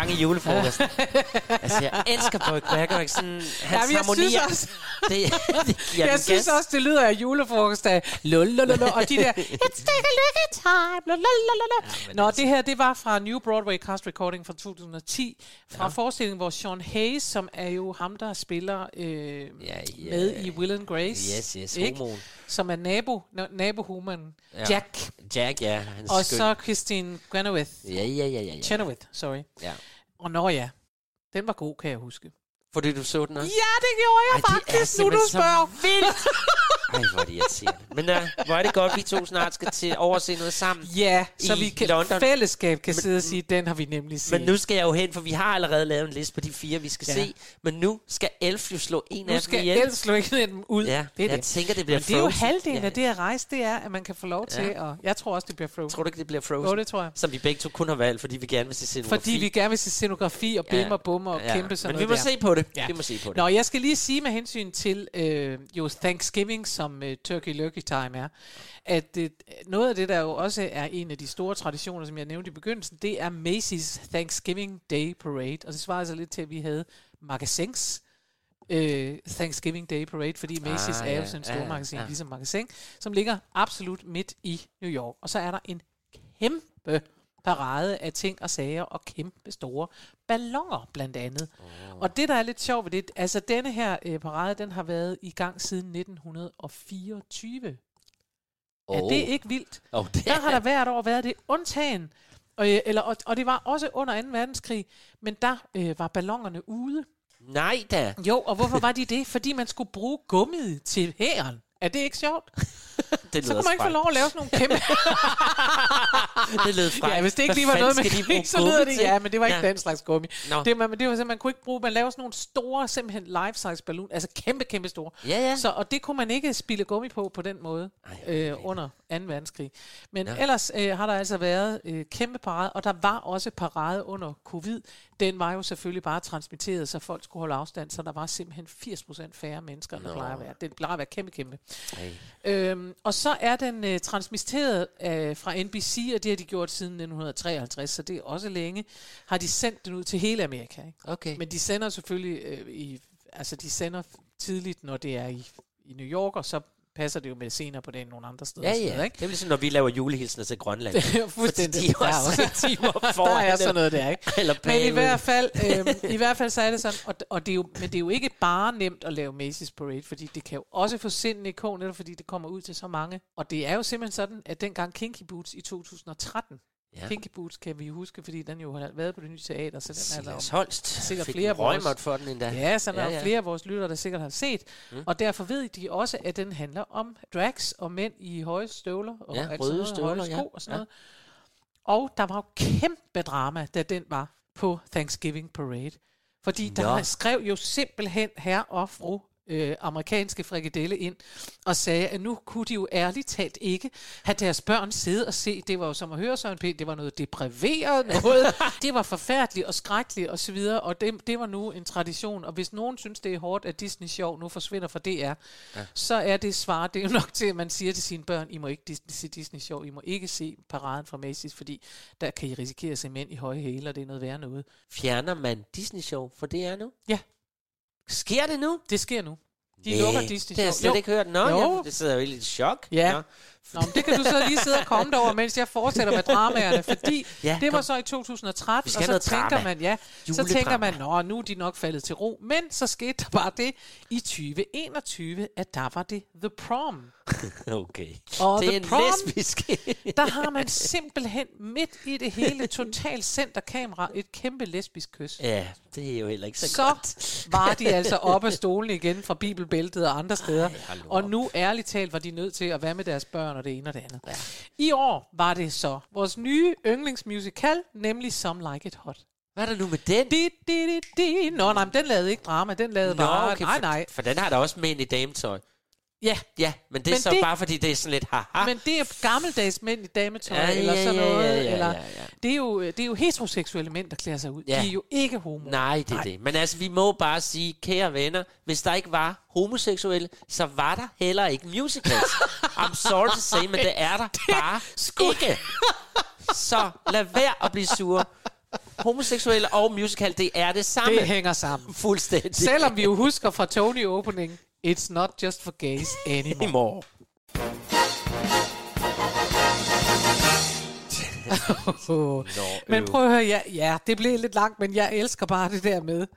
sang i julefrokosten. Altså, jeg elsker Boy Gregoric. Sådan, hans harmonier. Jeg synes også, det lyder af julefrokost af lulululul, og de der, it's take a look at time, lulululul. Nå, det her, det var fra New Broadway Cast Recording fra 2010, fra forestillingen, hvor Sean Hayes, som er jo ham, der spiller med i Will and Grace, homoen. som er nabohuman, Jack. Jack, ja. Og så Christine Chenoweth. Ja. Chenoweth, sorry. Ja. Og den var god, kan jeg huske. Fordi du så den også? Ja, det gjorde jeg faktisk, nu du spørger. Vildt! Ej, hvor er det irriterende. Men hvor er det godt, vi to snart skal til overse noget sammen. Ja, så vi kan London. Fællesskab kan sidde og sige, den har vi nemlig set. Men nu skal jeg jo hen, for vi har allerede lavet en liste på de 4, vi skal se. Men nu skal Elf jo slå en af dem ihjel. Nu skal Elf slå en af dem ud. Ja, jeg tænker, det bliver Frozen. Det er jo halvdelen af det at rejse, det er, at man kan få lov til, og jeg tror også, det bliver Frozen. Tror du ikke, det bliver Frozen? Jo, det tror jeg. Som vi begge to kun har valgt, fordi vi gerne vil se scenografi. Fordi vi gerne vil se scenografi og bimmer, bummer og kæmpe sådan noget. Men vi må se på det. Vi må se på det. Nå, jeg skal lige sige med hensyn til Thanksgiving, som Turkey Lurkey Time er, at noget af det, der jo også er en af de store traditioner, som jeg nævnte i begyndelsen, det er Macy's Thanksgiving Day Parade. Og det svarer altså lidt til, at vi havde Magasins Thanksgiving Day Parade, fordi Macy's er jo sådan en stor magasin, ligesom Magasin, som ligger absolut midt i New York. Og så er der en kæmpe parade af ting og sager og kæmpe store balloner blandt andet. Og det, der er lidt sjovt ved det, altså denne her parade, den har været i gang siden 1924. Er det ikke vildt? Der har der hvert år været det undtagen, og det var også under 2. verdenskrig, men der var ballonerne ude. Nej da. Jo, og hvorfor var de det? Fordi man skulle bruge gummiet til hæren. Er det ikke sjovt? Det så kunne man ikke få lov at lave sådan nogle kæmpe... det lød fra. Ja, hvis det ikke lige var noget med krig, så lyder det... Ja, men det var ikke den slags gummi. No. Det var simpelthen, man kunne ikke bruge... Man lavede sådan nogle store, simpelthen life-size ballon. Altså kæmpe store. Ja. Så, og det kunne man ikke spille gummi på den måde under 2. verdenskrig. Men ellers har der altså været kæmpe parade, og der var også parade under covid. Den var jo selvfølgelig bare transmitteret, så folk skulle holde afstand, så der var simpelthen 80% færre mennesker, end der plejer at være. Det plejer at være kæmpe. Og så er den transmitteret fra NBC, og det har de gjort siden 1953, så det er også længe. Har de sendt den ud til hele Amerika. Ikke? Okay. Men de sender selvfølgelig de sender tidligt, når det er i New York, og så passer det jo med senere på dagen nogle andre steder. Ja. Ikke? Det er ligesom, når vi laver julehilsner til Grønland. Fuldstændig. De er også timer foran. Der er sådan noget der, ikke? Men i hvert fald så er det sådan, og det er jo, men det er jo ikke bare nemt at lave Macy's Parade, fordi det kan jo også få sindene i kog, netop fordi det kommer ud til så mange. Og det er jo simpelthen sådan, at dengang Kinky Boots i 2013, Kinky Boots kan vi jo huske, fordi den jo har været på det nye teater, så den er der sikkert flere Røgmåt for den endda. Ja, så der er flere af vores lyttere, der sikkert har set. Og derfor ved de også, at den handler om drags og mænd i høje støvler og røde støvler, sko og sådan noget. Og der var jo kæmpe drama, da den var på Thanksgiving Parade. Fordi der skrev jo simpelthen herre og fru amerikanske frikadelle ind og sagde, at nu kunne de jo ærligt talt ikke have deres børn sidde og se. Det var jo som at høre Søren P. Det var noget depriveret noget. Det var forfærdeligt og skrækkeligt og så videre, og det var nu en tradition. Og hvis nogen synes, det er hårdt, at Disney Sjov nu forsvinder fra DR, så er det svar, det er jo nok til, at man siger til sine børn, I må ikke se Disney Sjov, I må ikke se paraden fra Macy's, fordi der kan I risikere at se mænd i høje hæle, og det er noget værre noget. Fjerner man Disney Sjov for DR nu? Ja. Sker det nu? Det sker nu. De lukker Disney Sjov. Det har jeg slet ikke hørt. Det sidder jo i lidt chok. Ja. Nå, men det kan du så lige sidde og komme derover, mens jeg fortsætter med dramaerne, fordi det var så i 2013, og så tænker man, nu er de nok faldet til ro. Men så skete der bare det i 2021, at der var det The Prom. Okay. Og det er en Prom, lesbisk. der har man simpelthen midt i det hele totalt centerkamera et kæmpe lesbisk kys. Ja, det er jo heller ikke så godt. Så var de altså oppe af stolen igen fra Bibelbæltet og andre steder. Og nu ærligt talt var de nødt til at være med deres børn og det ene og det andet. Ja. I år var det så vores nye yndlingsmusical, nemlig Some Like It Hot. Hvad er der nu med den? Nå, nej, men den lavede ikke drama, den lavede bare... Okay, nej. For den har der også mænd i dametøj. Ja, men det er så bare fordi det er sådan lidt haha. Men det er gammeldags mænd i dametøj eller sådan noget. Eller det er jo heteroseksuelle mænd, der klæder sig ud. Ja. De er jo ikke homo. Nej, det er det. Men altså, vi må bare sige, kære venner, hvis der ikke var homoseksuelle, så var der heller ikke musicals. I'm sorry to say, men det er der bare ikke. Så lad være at blive sur. homoseksuelle og musical, det er det samme. Det hænger sammen. Fuldstændig. Selvom vi jo husker fra Tony Opening, it's not just for gays anymore. Men prøv at høre, ja, det blev lidt langt, men jeg elsker bare det der med,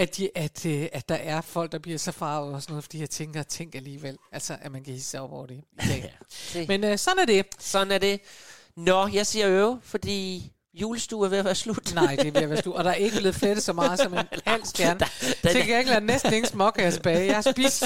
at der er folk, der bliver så farvet og sådan noget, fordi jeg tænker alligevel, altså, at man kan hisse sig over det. Men sådan er det. Sådan er det. Nå, jeg siger øve, fordi julestue er ved at være slut. Nej, det er ved at være slut. Og der er ikke blevet flettet så meget som en halv stjerne. Til gengæld næsten ingen småkager tilbage. Jeg har spist...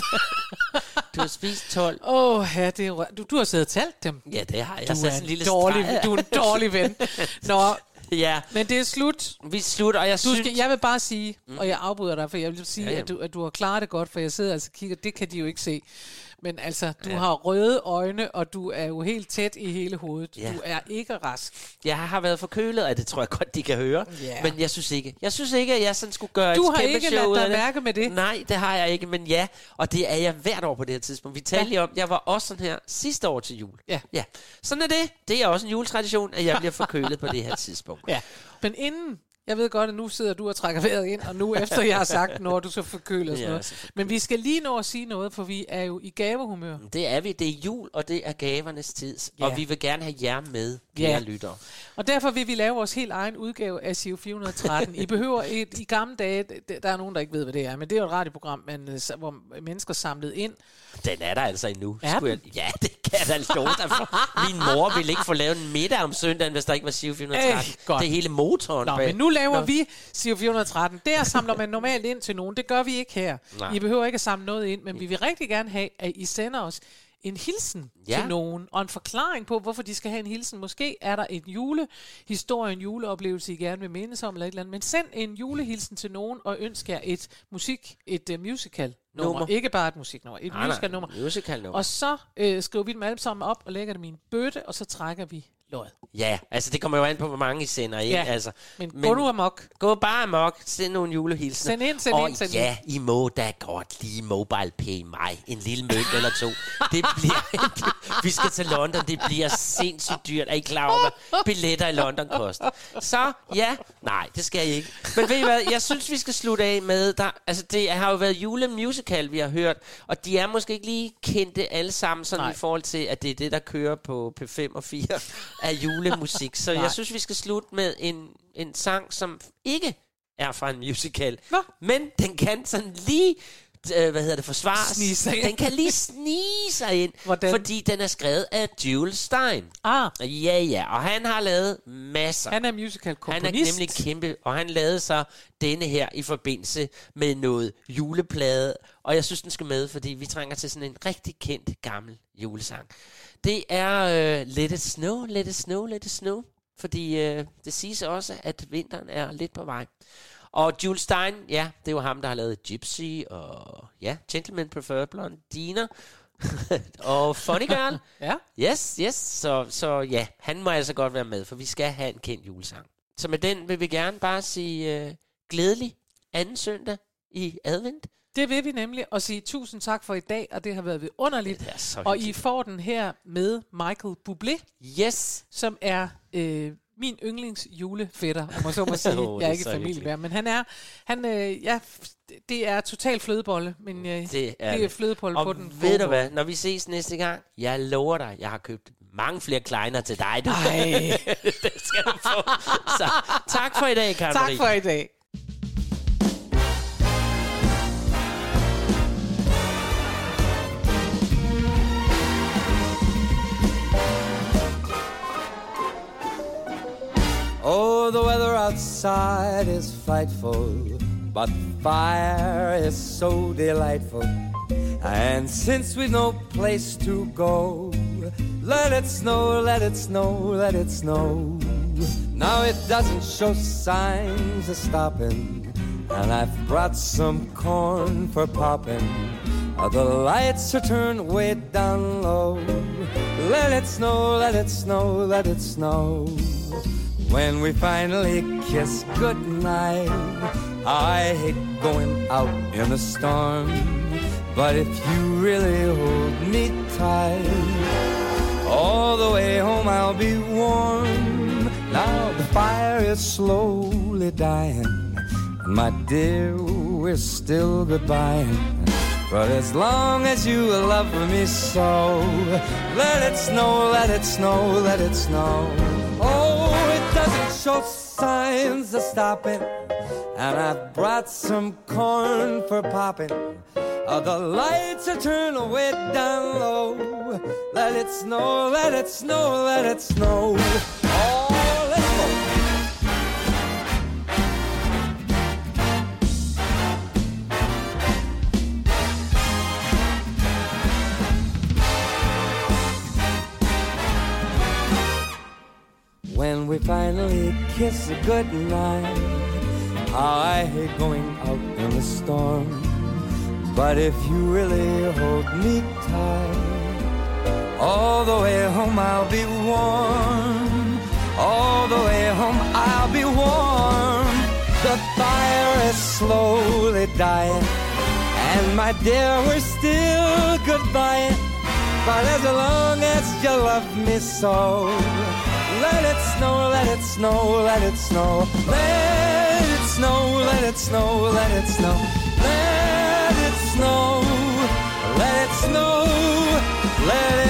Du har spist 12. Ja, det er du har siddet og talt dem. Ja, det har jeg. Du er en dårlig ven. Nå, ja. Men det er slut. Vi er slut, og jeg vil bare sige, og jeg afbryder dig, for jeg vil sige, at du har klaret det godt, for jeg sidder altså og kigger, det kan de jo ikke se. Men altså, du har røde øjne, og du er jo helt tæt i hele hovedet. Ja. Du er ikke rask. Jeg har været forkølet, og det tror jeg godt, de kan høre. Yeah. Men jeg synes ikke, at jeg sådan skulle gøre et kæmpe show. Du har ikke ladet dig mærke med det? Nej, det har jeg ikke, men ja. Og det er jeg hvert år på det her tidspunkt. Vi talte lige om, jeg var også sådan her sidste år til jul. Ja. Sådan er det. Det er også en juletradition, at jeg bliver forkølet på det her tidspunkt. Ja. Men inden... Jeg ved godt, at nu sidder du og trækker vejret ind, og nu efter jeg har sagt, når du så forkøler og sådan noget. Men vi skal lige nå at sige noget, for vi er jo i gavehumør. Det er vi. Det er jul, og det er gavernes tid. Ja. Og vi vil gerne have jer med, kære lyttere. Og derfor vil vi lave vores helt egen udgave af Giro 413. I behøver i gamle dage, der er nogen, der ikke ved, hvad det er, men det er jo et radioprogram, hvor mennesker samlet ind. Den er der altså endnu. Ja, det kan der stå derfor. Min mor ville ikke få lavet en middag om søndagen, hvis der ikke var Giro 413. Det er hele motoren. Nå, men nu laver vi Giro 413. Der samler man normalt ind til nogen. Det gør vi ikke her. Nej. I behøver ikke at samle noget ind, men vi vil rigtig gerne have, at I sender os en hilsen til nogen, og en forklaring på, hvorfor de skal have en hilsen. Måske er der en julehistorie, en juleoplevelse, I gerne vil mindes om, eller et eller andet. Men send en julehilsen til nogen, og ønsk jer et musical nummer. Ikke bare et musiknummer, et musical-nummer. Og så skriver vi dem alle sammen op, og lægger dem i en bøtte, og så trækker vi løjet. Ja, altså det kommer jo an på, hvor mange I sender ind. Ja, altså. Men gå nu amok. Gå bare amok. Send nogle julehilsener. Send ind. I må da godt lige mobile pay mig. En lille mønt eller to. Det bliver... vi skal til London. Det bliver sindssygt dyrt. Er I klar over, hvad billetter i London koster? Så nej, det skal jeg ikke. Men ved I hvad, jeg synes, vi skal slutte af med... det har jo været julemusical, vi har hørt. Og de er måske ikke lige kendte alle sammen, sådan i forhold til, at det er det, der kører på P5 og 4 af julemusik. Så jeg synes, vi skal slutte med en sang, som ikke er fra en musical. Men den kan sådan lige... forsvares. Den kan lige snige sig ind. Hvordan? Fordi den er skrevet af Jules Stein. Ja, og han har lavet masser. Han er musical-komponist. Han er nemlig kæmpe, og han lavede så denne her i forbindelse med noget juleplade. Og jeg synes, den skal med, fordi vi trænger til sådan en rigtig kendt gammel julesang. Det er Let It Snow, Let It Snow, Let It Snow. Fordi det siges også, at vinteren er lidt på vej. Og Jules Stein, det er jo ham, der har lavet Gypsy og Gentlemen Prefer Blondiner og Funny Girl. Yes. Så han må altså godt være med, for vi skal have en kendt julesang. Så med den vil vi gerne bare sige glædelig anden søndag i advent. Det vil vi nemlig, og sige tusind tak for i dag, og det har været vidunderligt. Og I får den her med Michael Bublé. Yes. Som er... min yndlings julefætter, om man så må sige. Jeg er ikke familie, men det er total flødebolle, men det er flødebolle på den. Og ved du hvad, når vi ses næste gang, jeg lover dig, jeg har købt mange flere kleiner til dig. Nej. Det skal du få. Så tak for i dag, Karen Marie. Tak for i dag. Oh, the weather outside is frightful, but fire is so delightful. And since we've no place to go, let it snow, let it snow, let it snow. Now it doesn't show signs of stopping, and I've brought some corn for popping. The lights are turned way down low. Let it snow, let it snow, let it snow. When we finally kiss goodnight, I hate going out in the storm, but if you really hold me tight, all the way home I'll be warm. Now the fire is slowly dying, and my dear, we're still goodbying. But as long as you love me so, let it snow, let it snow, let it snow. Oh, it doesn't show signs of stopping, and I've brought some corn for popping. The lights are turned way down low. Let it snow, let it snow, let it snow. Oh, let's go. When we finally kiss goodnight, I hate going out in the storm. But if you really hold me tight, all the way home I'll be warm. All the way home I'll be warm. The fire is slowly dying, and my dear, we're still goodbye. But as long as you love me so, let it snow, let it snow, let it snow. Let it snow, let it snow, let it snow. Let it snow, let it snow, let it